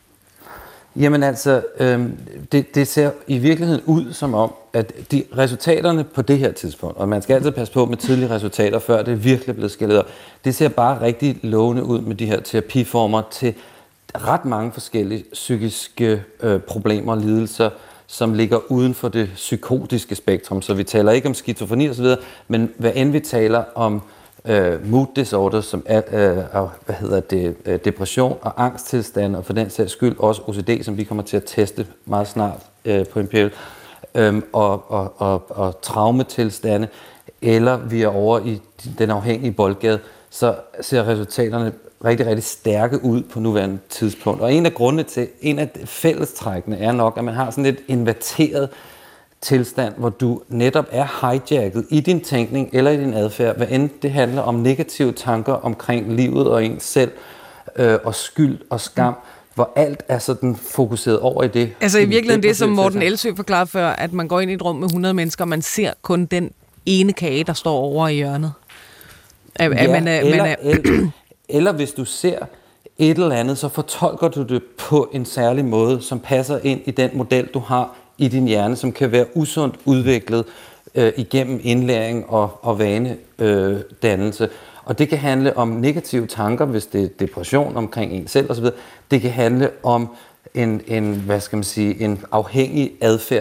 Jamen altså, øh, det, det ser i virkeligheden ud som om, at de resultaterne på det her tidspunkt, og man skal altid passe på med tidlige resultater, før det virkelig er blevet skaleret op, det ser bare rigtig lovende ud med de her terapiformer til ret mange forskellige psykiske øh, problemer og lidelser, som ligger uden for det psykotiske spektrum. Så vi taler ikke om skizofreni osv., men hvad end vi taler om øh, mood disorder, som er, øh, hvad hedder det, øh, depression og angsttilstand, og for den sags skyld også O C D, som vi kommer til at teste meget snart øh, på Imperial, øh, og, og, og, og traumetilstande, eller vi er over i den afhængige boldgade, så ser resultaterne rigtig, rigtig stærke ud på nuværende tidspunkt. Og en af grundene til, en af fællestrækkene er nok, at man har sådan et inverteret tilstand, hvor du netop er hijacket i din tænkning eller i din adfærd, hvad end det handler om negative tanker omkring livet og ens selv, øh, og skyld og skam, hvor alt er sådan fokuseret over i det. Altså i virkeligheden det, som Morten Elsø forklarede før, at man går ind i et rum med hundrede mennesker, og man ser kun den ene kage, der står over i hjørnet. Ja, man er, eller, man er, eller, eller hvis du ser et eller andet, så fortolker du det på en særlig måde, som passer ind i den model, du har i din hjerne, som kan være usundt udviklet øh, igennem indlæring og, og vanedannelse. Øh, og det kan handle om negative tanker, hvis det er depression omkring en selv osv. Det kan handle om en, en, hvad skal man sige, en afhængig adfærd.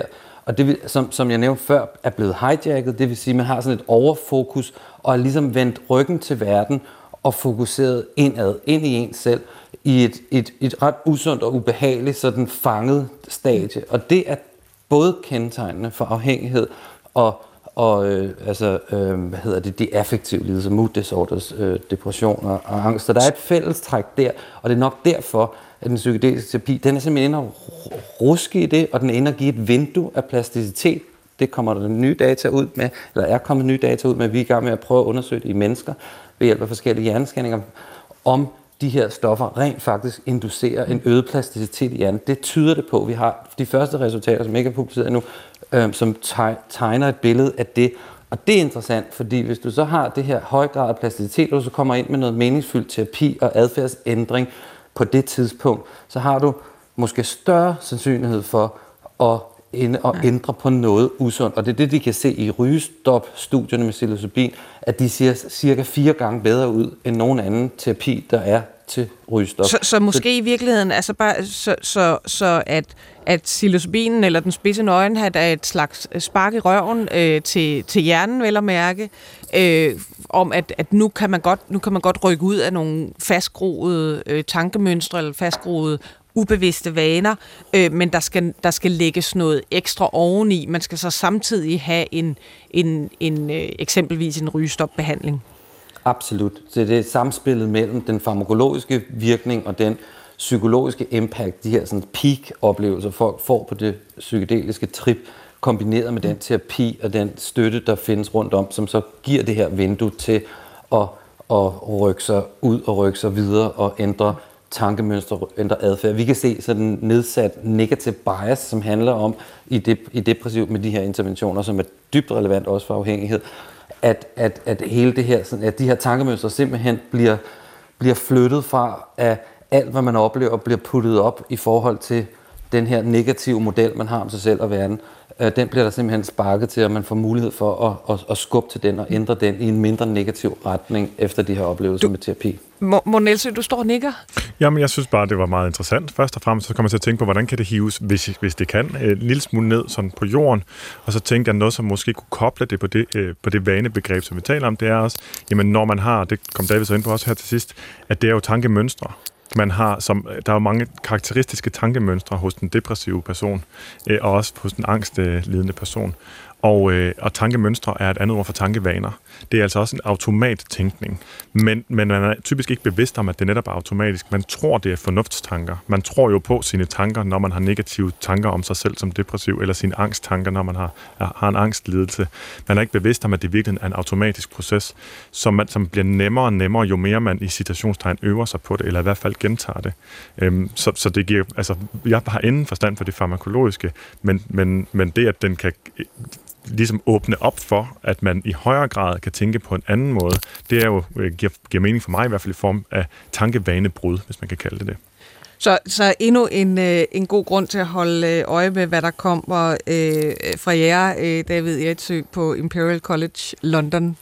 Og det, som, som jeg nævnte før, er blevet hijacket. Det vil sige, at man har sådan et overfokus og er ligesom vendt ryggen til verden og fokuseret indad, ind i en selv, i et, et, et ret usundt og ubehageligt sådan fanget stadie. Og det er både kendetegnende for afhængighed og, og øh, altså, øh, hvad hedder det, de affektive lidelser, mood disorders, øh, depressioner og angst. Så der er et fællestræk der, og det er nok derfor, at den psykedeliske terapi, den er simpelthen inde og ruske i det, og den er inde og give et vindue af plasticitet. Det kommer der nye data ud med, eller er kommet nye data ud med, vi er i gang med at prøve at undersøge det i mennesker ved hjælp af forskellige hjernescanninger, om de her stoffer rent faktisk inducerer en øget plasticitet i hjernen. Det tyder det på. Vi har de første resultater, som ikke er publiceret endnu, øh, som tegner et billede af det. Og det er interessant, fordi hvis du så har det her høj grad af plasticitet, og så kommer ind med noget meningsfyldt terapi og adfærdsændring på det tidspunkt, så har du måske større sandsynlighed for at og ændre på noget usundt. Og det er det, de kan se i rygestop-studierne med psilocybin, at de ser cirka fire gange bedre ud end nogen anden terapi, der er til rygestop. Så, så måske så, i virkeligheden, altså bare så, så, så at, at psilocybinen eller den spidse nøgenhat er et slags spark i røven øh, til, til hjernen, vel at mærke, øh, om at, at nu, kan man godt, nu kan man godt rykke ud af nogle fastgroede øh, tankemønstre eller fastgroede ubevidste vaner, øh, men der skal, der skal lægges noget ekstra oveni. Man skal så samtidig have en, en, en øh, eksempelvis en rygestopbehandling. Absolut. Så det er samspillet mellem den farmakologiske virkning og den psykologiske impact, de her sådan peak-oplevelser, folk får på det psykedeliske trip, kombineret med den terapi og den støtte, der findes rundt om, som så giver det her vindue til at, at rykke sig ud og rykke sig videre og ændre tankemønstre, ændre adfærd. Vi kan se sådan nedsat negative bias, som handler om i, det, i depressiv med de her interventioner, som er dybt relevant også for afhængighed, at, at, at hele det her, sådan, at de her tankemønstre simpelthen bliver, bliver flyttet fra, at alt, hvad man oplever, bliver puttet op i forhold til den her negative model, man har om sig selv og verden. Den bliver der simpelthen sparket til, at man får mulighed for at, at, at skubbe til den og ændre den i en mindre negativ retning efter de her oplevelser du, med terapi. Morten Elsøe, du står og nikker. Jamen, jeg synes bare, det var meget interessant. Først og fremmest så kommer jeg til at tænke på, hvordan kan det hives, hvis, hvis det kan, en lille smule ned sådan på jorden. Og så tænkte jeg noget, som måske kunne koble det på det, på det vanebegreb, som vi taler om. Det er også, jamen når man har, det kom David så ind på også her til sidst, at det er jo tankemønstre. Man har, som, der er jo mange karakteristiske tankemønstre hos den depressive person, øh, og også hos den angstlidende person. Og, øh, og tankemønstre er et andet ord for tankevaner. Det er altså også en automattænkning. Men, men man er typisk ikke bevidst om, at det netop er automatisk. Man tror, det er fornuftstanker. Man tror jo på sine tanker, når man har negative tanker om sig selv som depressiv, eller sine angsttanker, når man har, har en angstlidelse. Man er ikke bevidst om, at det virkelig er en automatisk proces, som, man, som bliver nemmere og nemmere, jo mere man i citationstegn øver sig på det, eller i hvert fald gentager det. Øhm, så, så det giver, altså, jeg har ingen forstand for det farmakologiske, men, men, men det, at den kan ligesom åbne op for, at man i højere grad kan tænke på en anden måde, det er jo, giver, giver mening for mig i hvert fald i form af tankevanebrud, hvis man kan kalde det det. Så, så endnu en, en god grund til at holde øje med, hvad der kommer øh, fra jer, øh, David Ejertsø på Imperial College London.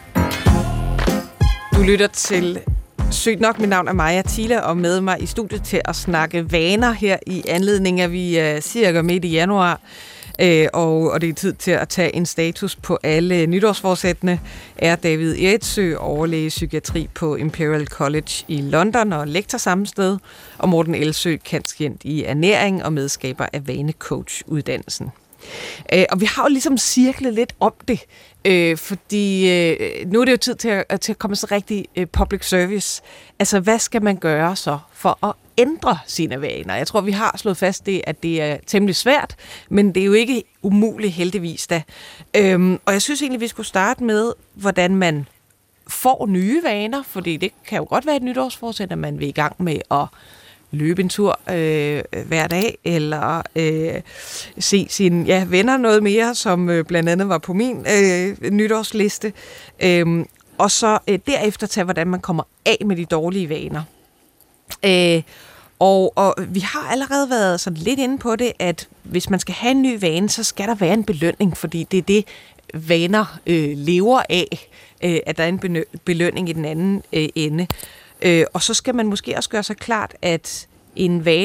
Du lytter til Sygt nok, mit navn er Maja Thiele, og med mig i studiet til at snakke vaner her i anledning af, vi er cirka midt i januar. Øh, og, og det er tid til at tage en status på alle nytårsforsættene, er David Ejertsø, overlæge i psykiatri på Imperial College i London og lektor samme sted, og Morten Elsøe, kanskjent i ernæring og medskaber af vanecoach-uddannelsen. Øh, og vi har jo ligesom cirklet lidt om det, øh, fordi øh, nu er det jo tid til at, til at komme så rigtig øh, public service. Altså, hvad skal man gøre så for at ændre sine vaner? Jeg tror, vi har slået fast det, at det er temmelig svært, men det er jo ikke umuligt heldigvis da. Øhm, og jeg synes egentlig, vi skulle starte med, hvordan man får nye vaner, fordi det kan jo godt være et nytårsforsæt, at man vil i gang med at løbe en tur øh, hver dag, eller øh, se sine ja, venner noget mere, som øh, blandt andet var på min øh, nytårsliste. Øh, og så øh, derefter tage, hvordan man kommer af med de dårlige vaner. Øh, og, og vi har allerede været sådan lidt inde på det, at hvis man skal have en ny vane, så skal der være en belønning, fordi det er det, vaner øh, lever af, øh, at der er en belønning i den anden øh, ende. Øh, og så skal man måske også gøre sig klart, at en vane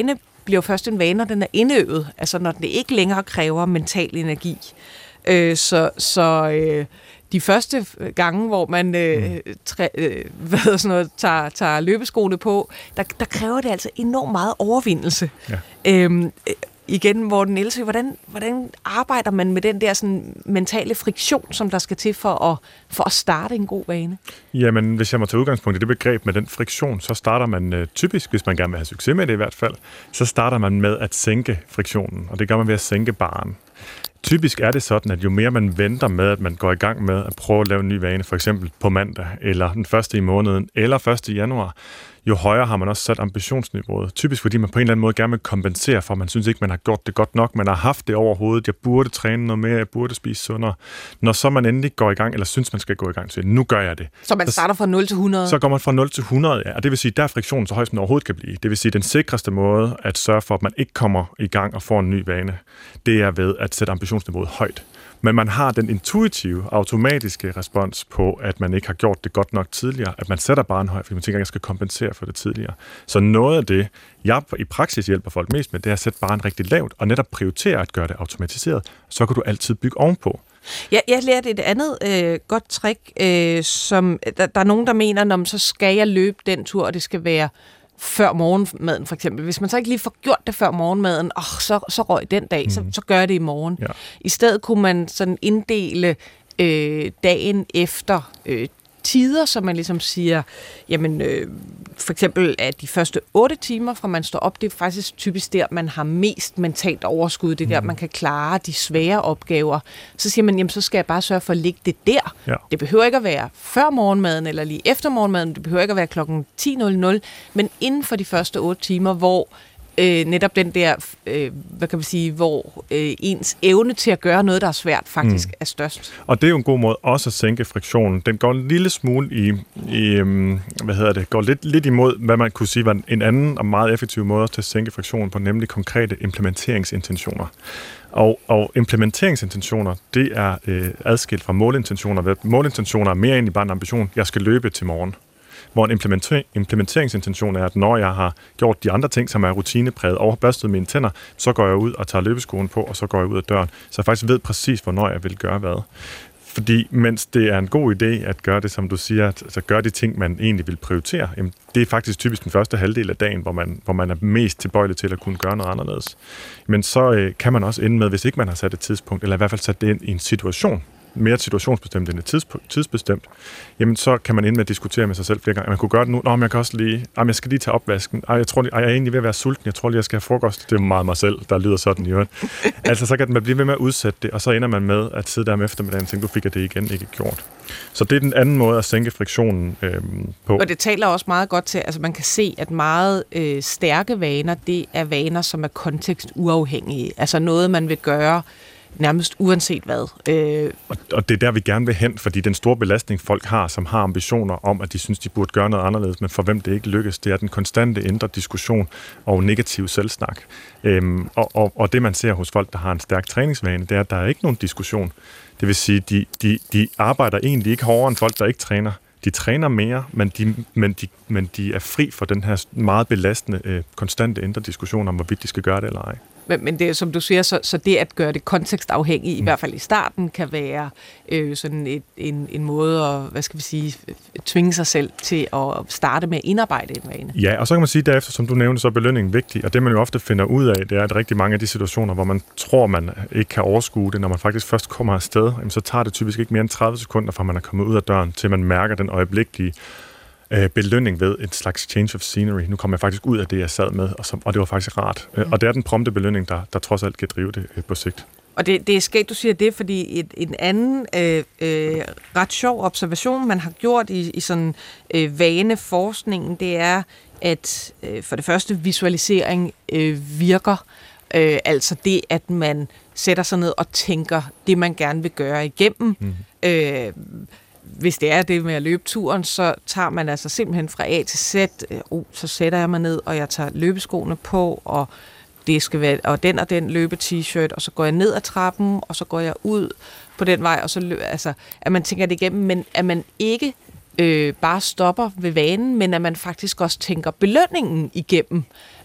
bliver jo først en vane, når den er indøvet, altså når den ikke længere kræver mental energi. Øh, så så øh, de første gange, hvor man øh, træ, øh, hvad hedder sådan noget, tager, tager løbeskoene på, der, der kræver det altså enormt meget overvindelse. Ja. Øhm, igen, Morten Elsøe, hvordan, hvordan arbejder man med den der sådan, mentale friktion, som der skal til for at, for at starte en god vane? Jamen, hvis jeg må tage udgangspunkt i det begreb med den friktion, så starter man øh, typisk, hvis man gerne vil have succes med det i hvert fald, så starter man med at sænke friktionen, og det gør man ved at sænke barren. Typisk er det sådan, at jo mere man venter med, at man går i gang med at prøve at lave en ny vane, for eksempel på mandag, eller den første i måneden, eller første i januar, jo højere har man også sat ambitionsniveauet. Typisk fordi man på en eller anden måde gerne vil kompensere for, at man synes ikke, man har gjort det godt nok, man har haft det over hovedet, jeg burde træne noget mere, jeg burde spise sundere. Når så man endelig går i gang, eller synes, man skal gå i gang til, nu gør jeg det. Så man starter fra nul til hundrede? Så går man fra nul til hundrede, ja, og det vil sige, der er friktionen så højst, man overhovedet kan blive. Det vil sige, den sikreste måde at sørge for, at man ikke kommer i gang og får en ny vane, det er ved at sætte ambitionsniveauet højt. Men man har den intuitive, automatiske respons på, at man ikke har gjort det godt nok tidligere, at man sætter barren højt, fordi man tænker, at jeg skal kompensere for det tidligere. Så noget af det, jeg i praksis hjælper folk mest med, det er at sætte barren rigtig lavt, og netop prioritere at gøre det automatiseret. Så kan du altid bygge ovenpå. Ja, jeg lærte et andet øh, godt trick, øh, som der, der er nogen, der mener, om så skal jeg løbe den tur, og det skal være før morgenmaden for eksempel. Hvis man så ikke lige får gjort det før morgenmaden, åh, så, så røg den dag, mm. så, så gør det i morgen. Ja. I stedet kunne man sådan inddele øh, dagen efter øh, tider, så man ligesom siger, jamen øh, for eksempel at de første otte timer fra man står op, det er faktisk typisk der, man har mest mentalt overskud. Det er der, mm. man kan klare de svære opgaver. Så siger man, jamen så skal jeg bare sørge for at ligge det der. Ja. Det behøver ikke at være før morgenmaden eller lige efter morgenmaden. Det behøver ikke at være klokken ti nul nul, men inden for de første otte timer, hvor Øh, netop den der, øh, hvad kan man sige, hvor øh, ens evne til at gøre noget, der er svært, faktisk mm. er størst. Og det er jo en god måde også at sænke friktionen. Den går en lille smule i, i hvad hedder det, går lidt, lidt imod, hvad man kunne sige var en anden og meget effektiv måde til at sænke friktionen på, nemlig konkrete implementeringsintentioner. Og, og implementeringsintentioner, det er øh, adskilt fra målintentioner. Målintentioner er mere egentlig bare en ambition, jeg skal løbe til morgen. Hvor en implementer- implementeringsintention er, at når jeg har gjort de andre ting, som er rutinepræget og børstet mine tænder, så går jeg ud og tager løbeskoen på, og så går jeg ud af døren. Så jeg faktisk ved præcis, hvornår jeg vil gøre hvad. Fordi mens det er en god idé at gøre det, som du siger, at altså gøre de ting, man egentlig vil prioritere, jamen, det er faktisk typisk den første halvdel af dagen, hvor man, hvor man er mest tilbøjelig til at kunne gøre noget anderledes. Men så øh, kan man også ende med, hvis ikke man har sat et tidspunkt, eller i hvert fald sat det ind i en situation, mere situationsbestemt end et tids, tidsbestemt, jamen så kan man ende med at diskutere med sig selv flere gange. Man kunne gøre det nu. Nå, men jeg kan også lige, jamen, jeg skal lige tage opvasken. Ej, jeg tror, ej, jeg er egentlig ved at være sulten. Jeg tror lige, jeg skal have frokost. Det er meget mig selv, der lyder sådan i øvrigt. Altså, så kan man blive ved med at udsætte det, og så ender man med at sidde der om eftermiddagen og tænke, du fik jeg det igen ikke gjort. Så det er den anden måde at sænke friktionen øhm, på. Og det taler også meget godt til, altså man kan se, at meget øh, stærke vaner, det er vaner, som er kontekstuafhængige. Altså noget, man vil gøre nærmest uanset hvad. Øh. Og, og det er der, vi gerne vil hen, fordi den store belastning, folk har, som har ambitioner om, at de synes, de burde gøre noget anderledes, men for hvem det ikke lykkes, det er den konstante indre diskussion og negativ selvsnak. Øhm, og, og, og det, man ser hos folk, der har en stærk træningsvane, det er, at der er ikke nogen diskussion. Det vil sige, de, de, de arbejder egentlig ikke hårdere end folk, der ikke træner. De træner mere, men de, men, de, men de er fri for den her meget belastende, øh, konstante indre diskussion om, hvorvidt de skal gøre det eller ej. Men, men det er, som du siger, så, så det at gøre det kontekstafhængigt, mm. i hvert fald i starten, kan være øh, sådan et, en, en måde at, hvad skal vi sige, tvinge sig selv til at starte med at indarbejde en vane. Ja, og så kan man sige, derefter, som du nævnte, så er belønningen vigtig, og det man jo ofte finder ud af, det er, at rigtig mange af de situationer, hvor man tror, man ikke kan overskue det, når man faktisk først kommer afsted, jamen, så tager det typisk ikke mere end tredive sekunder, fra man er kommet ud af døren, til man mærker den øjeblikkelige belønning ved et slags change of scenery. Nu kom jeg faktisk ud af det, jeg sad med, og, som, og det var faktisk rart. Mm. Og det er den prompte belønning, der, der trods alt kan drive det på sigt. Og det, det er skægt, du siger det, fordi et, en anden øh, øh, ret sjov observation, man har gjort i, i sådan øh, vaneforskningen, det er, at øh, for det første visualisering øh, virker. Øh, altså det, at man sætter sig ned og tænker det, man gerne vil gøre igennem. Mm. Øh, Hvis det er det med at løbe turen, så tager man altså simpelthen fra A til Z. Uh, så sætter jeg mig ned, og jeg tager løbeskoene på, og det skal være og den og den løbe-t-shirt, og så går jeg ned ad trappen, og så går jeg ud på den vej, og så løber, altså, at man tænker det igennem, men at man ikke øh, bare stopper ved vanen, men at man faktisk også tænker belønningen igennem.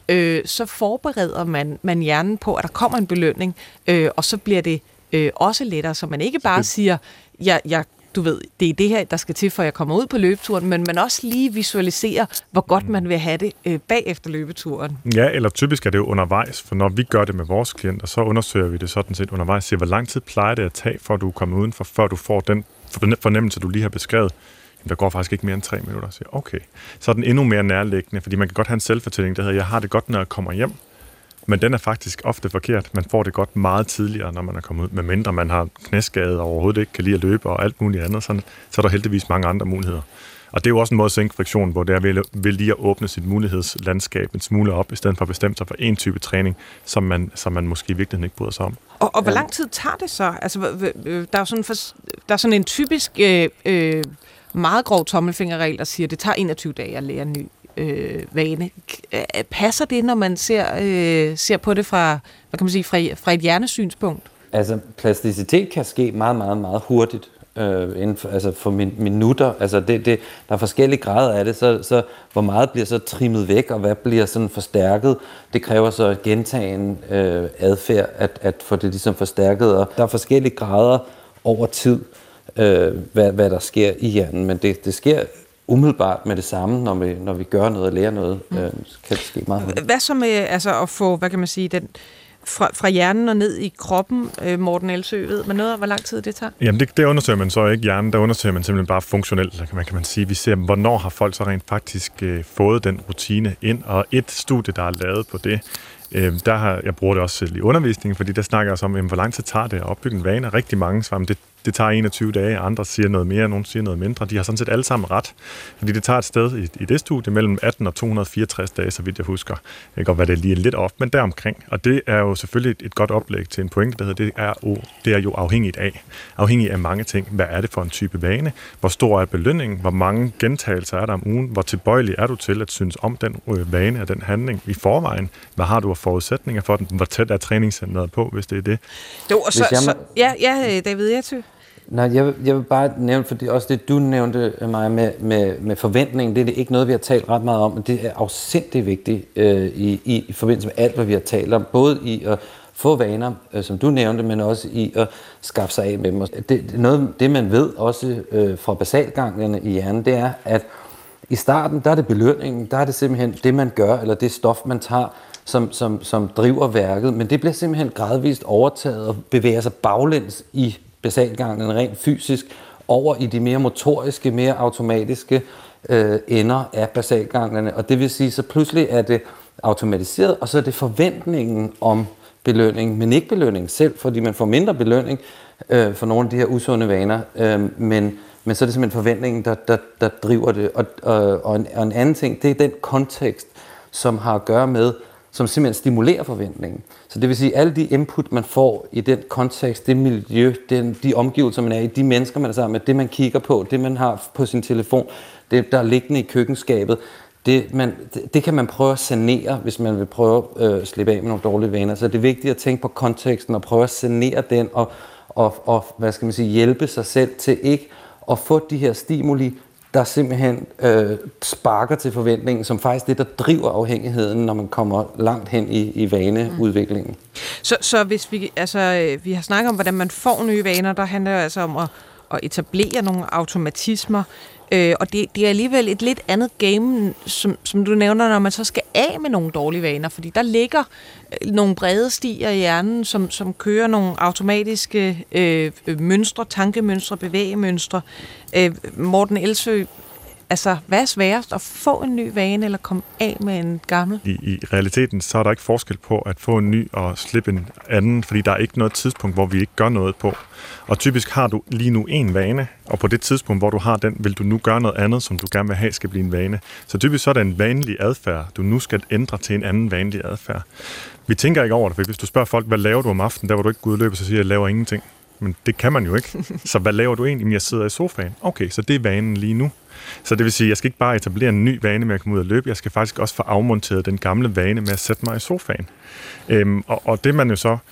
øh, så forbereder man, man hjernen på, at der kommer en belønning, øh, og så bliver det øh, også lettere, så man ikke bare siger, jeg, jeg du ved, det er det her, der skal til, for jeg kommer ud på løbeturen, men man også lige visualiserer, hvor godt man vil have det øh, bagefter løbeturen. Ja, eller typisk er det jo undervejs, for når vi gør det med vores klienter, så undersøger vi det sådan set undervejs. Siger, hvor lang tid plejer det at tage, for at du kommer udenfor, før du får den fornemmelse, du lige har beskrevet. Jamen, der går faktisk ikke mere end tre minutter. Så okay, så er den endnu mere nærliggende, fordi man kan godt have en selvfortælling, der hedder, jeg har det godt, når jeg kommer hjem. Men den er faktisk ofte forkert. Man får det godt meget tidligere, når man er kommet ud. Medmindre man har knæskade og overhovedet ikke kan lide at løbe og alt muligt andet, så, så er der heldigvis mange andre muligheder. Og det er jo også en måde at sænke friktion, hvor det er ved, ved lige at åbne sit mulighedslandskab en smule op, i stedet for at bestemme sig for en type træning, som man, som man måske i virkeligheden ikke bryder sig om. Og, og hvor lang tid tager det så? Altså, der er jo sådan, for, der er sådan en typisk øh, øh, meget grov tommelfingerregel, der siger, at det tager enogtyve dage at lære en ny øh, vane. Passer det, når man ser, øh, ser på det fra, hvad kan man sige, fra, fra et hjernesynspunkt? Altså, plasticitet kan ske meget, meget, meget hurtigt. Øh, inden for, altså for min, minutter. Altså det, det, der er forskellige grader af det, så, så hvor meget bliver så trimmet væk, og hvad bliver sådan forstærket. Det kræver så gentagen øh, adfærd, at, at få det ligesom forstærket. Og der er forskellige grader over tid, øh, hvad, hvad der sker i hjernen, men det, det sker umiddelbart med det samme, når vi, når vi gør noget og lærer noget, øh, så kan det ske meget hurtigt. Hvad så med altså, at få, hvad kan man sige, den Fra, fra hjernen og ned i kroppen, øh, Morten Elsø, ved man noget af, hvor lang tid det tager? Jamen, det, det undersøger man så ikke hjernen, der undersøger man simpelthen bare funktionelt, kan man, kan man sige. Vi ser, hvornår har folk så rent faktisk øh, fået den rutine ind, og et studie, der er lavet på det, øh, der har, jeg bruger det også selv i undervisningen, fordi der snakker jeg også om, jamen, hvor lang tid tager det at opbygge en vane. Rigtig mange svarer, det, det tager enogtyve dage, andre siger noget mere, nogle siger noget mindre. De har sådan set alle sammen ret, fordi det tager et sted i, i det studie mellem atten og to hundrede og fireogtres dage, så vidt jeg husker. Det kan godt være, det er lige lidt off, men deromkring. Og det er jo selvfølgelig et, et godt oplæg til en pointe, der hedder, det er, jo, det er jo afhængigt af. Afhængigt af mange ting. Hvad er det for en type vane? Hvor stor er belønningen? Hvor mange gentagelser er der om ugen? Hvor tilbøjelig er du til at synes om den øh, vane og den handling i forvejen? Hvad har du af forudsætninger for den? Hvor tæt er træningscenteret på, hvis det er det? Jo, og så, så, ja, ja, David Ertø. Nej, jeg vil, jeg vil bare nævne, fordi også det, du nævnte mig med, med, med forventning, det er det ikke noget, vi har talt ret meget om, men det er afsindig vigtigt øh, i, i, i forbindelse med alt, hvad vi har talt om, både i at få vaner, øh, som du nævnte, men også i at skaffe sig af med dem. Det, det, noget, det man ved også øh, fra basalgangene i hjernen, det er, at i starten, der er det belønningen, der er det simpelthen det, man gør, eller det stof, man tager, som, som, som driver værket, men det bliver simpelthen gradvist overtaget og bevæger sig baglæns i basalgangen rent fysisk over i de mere motoriske, mere automatiske øh, ender af basalgangene. Og det vil sige, så pludselig er det automatiseret, og så er det forventningen om belønning, men ikke belønning selv, fordi man får mindre belønning øh, for nogle af de her usunde vaner, øh, men, men så er det simpelthen forventningen, der, der, der driver det. Og, og, og, en, og en anden ting, det er den kontekst, som har at gøre med, som simpelthen stimulerer forventningen. Så det vil sige, at alle de input, man får i den kontekst, det miljø, den, de omgivelser, man er i, de mennesker, man er sammen med, det, man kigger på, det, man har på sin telefon, det, der er liggende i køkkenskabet, det, man, det, det kan man prøve at sanere, hvis man vil prøve at øh, slippe af med nogle dårlige vaner. Så det er vigtigt at tænke på konteksten og prøve at sanere den og, og, og hvad skal man sige, hjælpe sig selv til ikke at få de her stimuli, der simpelthen øh, sparker til forventningen, som faktisk det, der driver afhængigheden, når man kommer langt hen i, i vaneudviklingen. Mm. Så, så hvis vi, altså, vi har snakket om, hvordan man får nye vaner, der handler det altså om at, at etablere nogle automatismer, øh, og det, det er alligevel et lidt andet game, som, som du nævner, når man så skal af med nogle dårlige vaner, fordi der ligger nogle brede stier i hjernen, som, som kører nogle automatiske øh, mønstre, tankemønstre, bevægemønstre. Øh, Morten Elsø, altså hvad er sværest, at få en ny vane eller komme af med en gammel? I, I realiteten så er der ikke forskel på at få en ny og slippe en anden, fordi der er ikke noget tidspunkt, hvor vi ikke gør noget på. Og typisk har du lige nu en vane, og på det tidspunkt, hvor du har den, vil du nu gøre noget andet, som du gerne vil have, skal blive en vane. Så typisk så er det en vanlig adfærd, du nu skal ændre til en anden vanlig adfærd. Vi tænker ikke over det, for hvis du spørger folk, hvad laver du om aftenen, der hvor du ikke går ud og løber, så siger jeg, jeg laver ingenting. Men det kan man jo ikke. Så hvad laver du egentlig? Jeg sidder i sofaen. Okay, så det er vanen lige nu. Så det vil sige, at jeg skal ikke bare etablere en ny vane med at komme ud og løbe, jeg skal faktisk også få afmonteret den gamle vane med at sætte mig i sofaen. Øhm, og, og det man jo så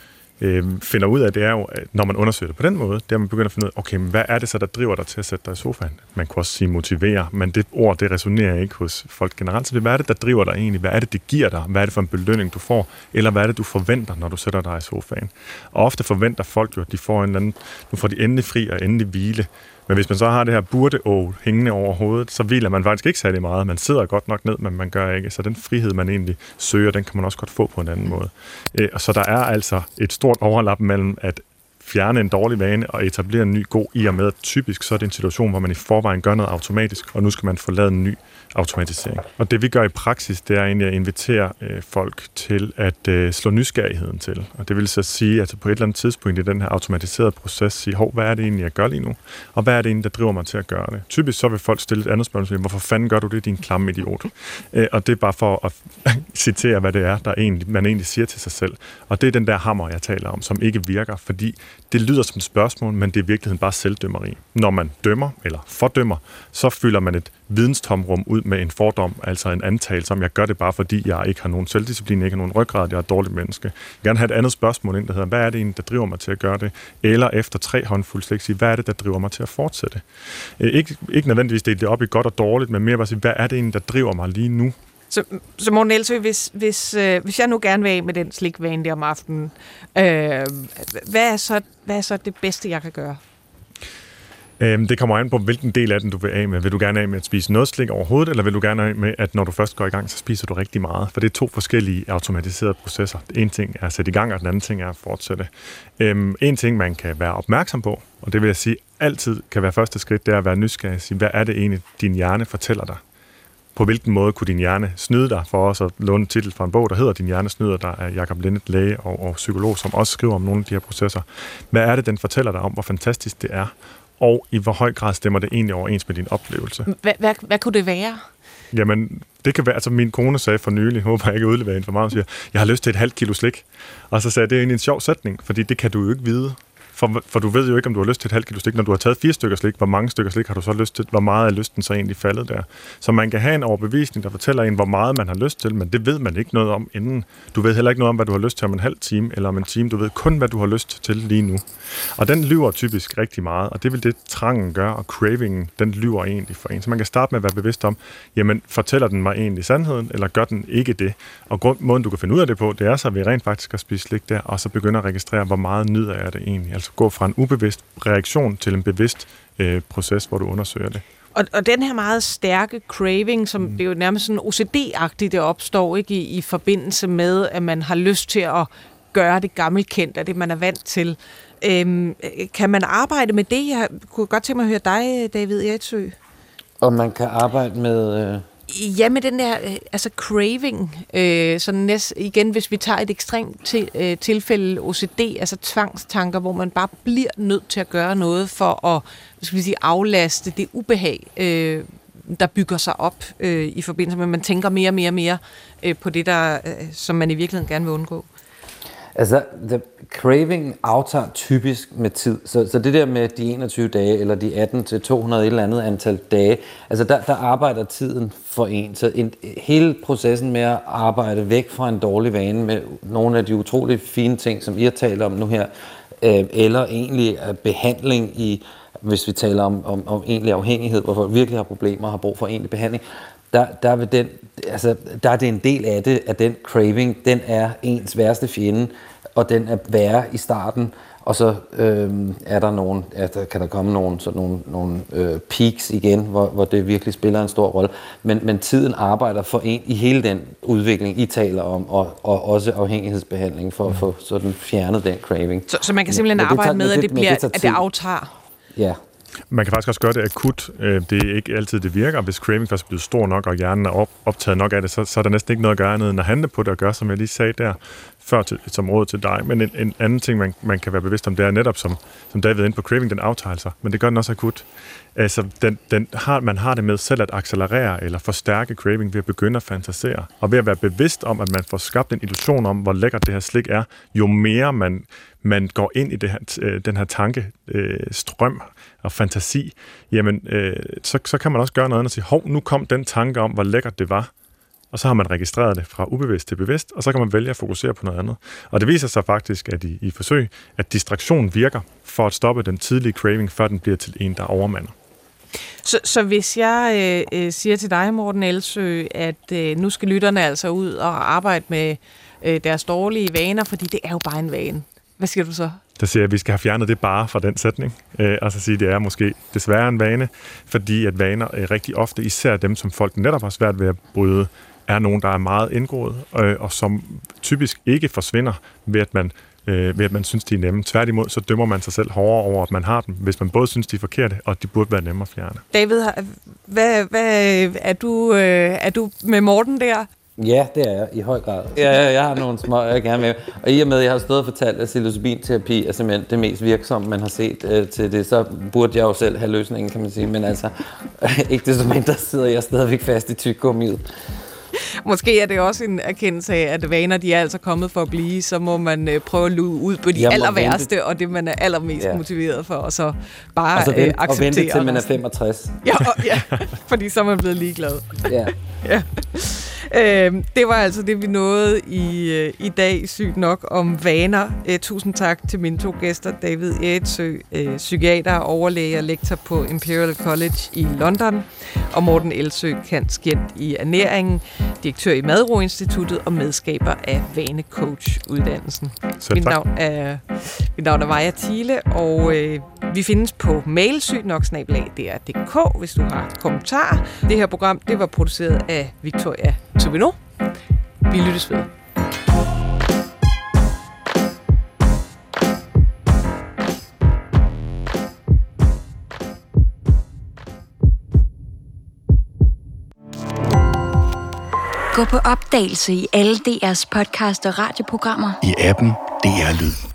øh, finder ud af, det er jo, når man undersøger det på den måde, det er, man begynder at finde ud af, okay, men hvad er det så, der driver dig til at sætte dig i sofaen? Man kan også sige motivere, men det ord, det resonerer ikke hos folk generelt. Så hvad er det, der driver dig egentlig? Hvad er det, det giver dig? Hvad er det for en belønning, du får? Eller hvad er det, du forventer, når du sætter dig i sofaen? Og ofte forventer folk jo, at de får en eller anden, nu får de endelig fri og endelig hvile. Men hvis man så har det her burde-å hængende over hovedet, så hviler man faktisk ikke særlig meget. Man sidder godt nok ned, men man gør ikke. Så den frihed, man egentlig søger, den kan man også godt få på en anden måde. Og så der er altså et stort overlap mellem at fjerne en dårlig vane og etablere en ny god, i og med at typisk så er det en situation, hvor man i forvejen gør noget automatisk, og nu skal man forlade en ny automatisering. Og det vi gør i praksis, det er egentlig at invitere øh, folk til at øh, slå nysgerrigheden til. Og det vil så sige, at på et eller andet tidspunkt i den her automatiserede proces, sige, hov, hvad er det egentlig, jeg gør lige nu? Og hvad er det egentlig, der driver mig til at gøre det? Typisk så vil folk stille et andet spørgsmål, hvorfor fanden gør du det, din klamme idiot? Øh, og det er bare for at citere, hvad det er, der egentlig, man egentlig siger til sig selv. Og det er den der hammer, jeg taler om, som ikke virker, fordi det lyder som et spørgsmål, men det er i virkeligheden bare selvdømmeri. Når man dømmer eller fordømmer, så fylder man et videnstomrum ud med en fordom, altså en antagelse om, jeg gør det bare fordi, jeg ikke har nogen selvdisciplin, ikke har nogen ryggrad, jeg er et dårligt menneske. Jeg vil gerne have et andet spørgsmål ind, der hedder, hvad er det egentlig, der driver mig til at gøre det? Eller efter tre håndfulde slik, sige, hvad er det, der driver mig til at fortsætte? Ikke, ikke nødvendigvis dele det op i godt og dårligt, men mere bare sige, hvad er det egentlig, der driver mig lige nu? Så, så Morten Elsøe, hvis, hvis, øh, hvis jeg nu gerne vil af med den slikvane der om aftenen, øh, hvad, er så, hvad er så det bedste, jeg kan gøre? Øhm, det kommer an på, hvilken del af den du vil af med. Vil du gerne af med at spise noget slik overhovedet, eller vil du gerne af med, at når du først går i gang, så spiser du rigtig meget? For det er to forskellige automatiserede processer. En ting er at sætte i gang, og den anden ting er at fortsætte. Øhm, en ting, man kan være opmærksom på, og det vil jeg sige, altid kan være første skridt, det er at være nysgerrig. Sige, hvad er det egentlig, din hjerne fortæller dig? På hvilken måde kunne din hjerne snyde dig, for os at låne en titel fra en bog, der hedder Din hjerne snyder dig, af Jacob Lindet, læge og, og psykolog, som også skriver om nogle af de her processer. Hvad er det, den fortæller dig om, hvor fantastisk det er, og i hvor høj grad stemmer det egentlig overens med din oplevelse? Hvad, hvad, hvad kunne det være? Jamen, det kan være, altså min kone sagde for nylig, håber jeg ikke udleverer hende for meget, siger, jeg har lyst til et halvt kilo slik. Og så sagde jeg, det er egentlig en sjov sætning, fordi det kan du jo ikke vide. For, for du ved jo ikke, om du har lyst til et halvt kilo slik. Når du har taget fire stykker slik, hvor mange stykker slik har du så lyst til? Hvor meget er lysten så egentlig faldet der? Så man kan have en overbevisning, der fortæller en, hvor meget man har lyst til, men det ved man ikke noget om inden. Du ved heller ikke noget om, hvad du har lyst til om en halv time eller om en time. Du ved kun, hvad du har lyst til lige nu. Og den lyver typisk rigtig meget, og det vil det trangen gøre, og cravingen, den lyver egentlig for en. Så man kan starte med at være bevidst om, jamen fortæller den mig egentlig sandheden, eller gør den ikke det? Og grund, måden, du kan finde ud af det på, det er så, at vi rent faktisk skal spise slik der, og så begynder at registrere, hvor meget nyder jeg det egentlig. Altså gå fra en ubevidst reaktion til en bevidst øh, proces, hvor du undersøger det. Og, og den her meget stærke craving, som mm. det er jo nærmest sådan O C D-agtigt, det opstår ikke i, i forbindelse med, at man har lyst til at gøre det gammelkendt, af det man er vant til. Øhm, kan man arbejde med det? Jeg kunne godt tænke mig at høre dig, David Eritsøe. Og man kan arbejde med... Øh Ja, med den der altså craving, øh, sådan næst, igen, hvis vi tager et ekstremt til, øh, tilfælde O C D, altså tvangstanker, hvor man bare bliver nødt til at gøre noget for at, hvad skal vi sige, aflaste det ubehag, øh, der bygger sig op øh, i forbindelse med, at man tænker mere og mere og mere øh, på det, der, øh, som man i virkeligheden gerne vil undgå. Altså, the craving aftager typisk med tid. Så, så det der med de enogtyve dage, eller de atten til to hundrede et eller andet antal dage, altså der, der arbejder tiden for en. Så en, hele processen med at arbejde væk fra en dårlig vane med nogle af de utrolig fine ting, som I har talt om nu her, øh, eller egentlig behandling i, hvis vi taler om, om, om egentlig afhængighed, hvor folk virkelig har problemer og har brug for egentlig behandling, Der, der, vil den, altså, der er det en del af det, at den craving, den er ens værste fjende, og den er værre i starten, og så øhm, er der nogle, ja, der kan der komme nogle, sådan nogle, nogle øh, peaks igen, hvor, hvor det virkelig spiller en stor rolle. Men, men tiden arbejder for en i hele den udvikling, I taler om, og, og også afhængighedsbehandling for at få sådan fjernet den craving. Så, så man kan simpelthen men, arbejde tager, med, at det, bliver, det at det aftager? Ja. Man kan faktisk også gøre det akut. Det er ikke altid, det virker. Hvis craving først er blevet stor nok, og hjernen er optaget nok af det, så, så er der næsten ikke noget at gøre andet end at handle på det og gøre, som jeg lige sagde der, før til, som råd til dig. Men en, en anden ting, man, man kan være bevidst om, det er netop, som, som David er inde på, craving, den aftager sig. Men det gør den også akut. Altså, den, den har, man har det med selv at accelerere eller forstærke craving ved at begynde at fantasere. Og ved at være bevidst om, at man får skabt en illusion om, hvor lækkert det her slik er, jo mere man, man går ind i det her, den her tankestrøm øh, og fantasi, jamen, øh, så, så kan man også gøre noget andet og sige, hov, nu kom den tanke om, hvor lækkert det var. og så har man registreret det fra ubevidst til bevidst, og så kan man vælge at fokusere på noget andet. Og det viser sig faktisk, at i, i forsøg, at distraktion virker for at stoppe den tidlige craving, før den bliver til en, der overmander. Så, så hvis jeg øh, siger til dig, Morten Elsøe, at øh, nu skal lytterne altså ud og arbejde med øh, deres dårlige vaner, fordi det er jo bare en vane. Hvad siger du så? Der siger jeg, at vi skal have fjernet det bare fra den sætning, øh, og så sige, at det er måske desværre en vane, fordi at vaner øh, rigtig ofte, især dem, som folk netop har svært ved at bryde, er nogen, der er meget indgroet, øh, og som typisk ikke forsvinder ved, at man øh, ved at man synes, de er nemme. Tværtimod, så dømmer man sig selv hårdere over, at man har dem, hvis man både synes, de er forkerte, og de burde være nemme at fjerne. David, hvad, hvad, er, du, øh, er du med Morten der? Ja, det er jeg i høj grad. Ja, jeg har nogle små, jeg gerne med. Og i og med, at jeg har stået og fortalt, at psilocybin-terapi er simpelthen det mest virksomme, man har set øh, til det, så burde jeg jo selv have løsningen, kan man sige. Men altså, ikke det som mindre sidder jeg stadigvæk fast i tyggegummiet. Måske er det også en erkendelse af, at vaner, de er altså kommet for at blive, så må man øh, prøve at luge ud på de aller værste, og det, man er allermest ja. motiveret for, og så bare og så vent, øh, acceptere. Og vente til, man er femogtres. Ja, og, ja, fordi så er man blevet ligeglad. Ja. ja. Øh, det var altså det, vi nåede i, øh, i dag, sygt nok, om vaner. Øh, tusind tak til mine to gæster, David Edsøe, øh, psykiater, overlæge og lektor på Imperial College i London, og Morten Elsøe, kanskent i ernæringen, direktør i Madro-instituttet og medskaber af Vanecoach-uddannelsen. Mit navn er, mit navn er Maja Thiele, og øh, vi findes på mail sygt nok snabel-a d r punktum d k, hvis du har kommentarer. Det her program, det var produceret af Victoria Tuvino. Vi lyttes ved. Gå på opdagelse i alle D R's podcast og radioprogrammer. I appen D R Lyd.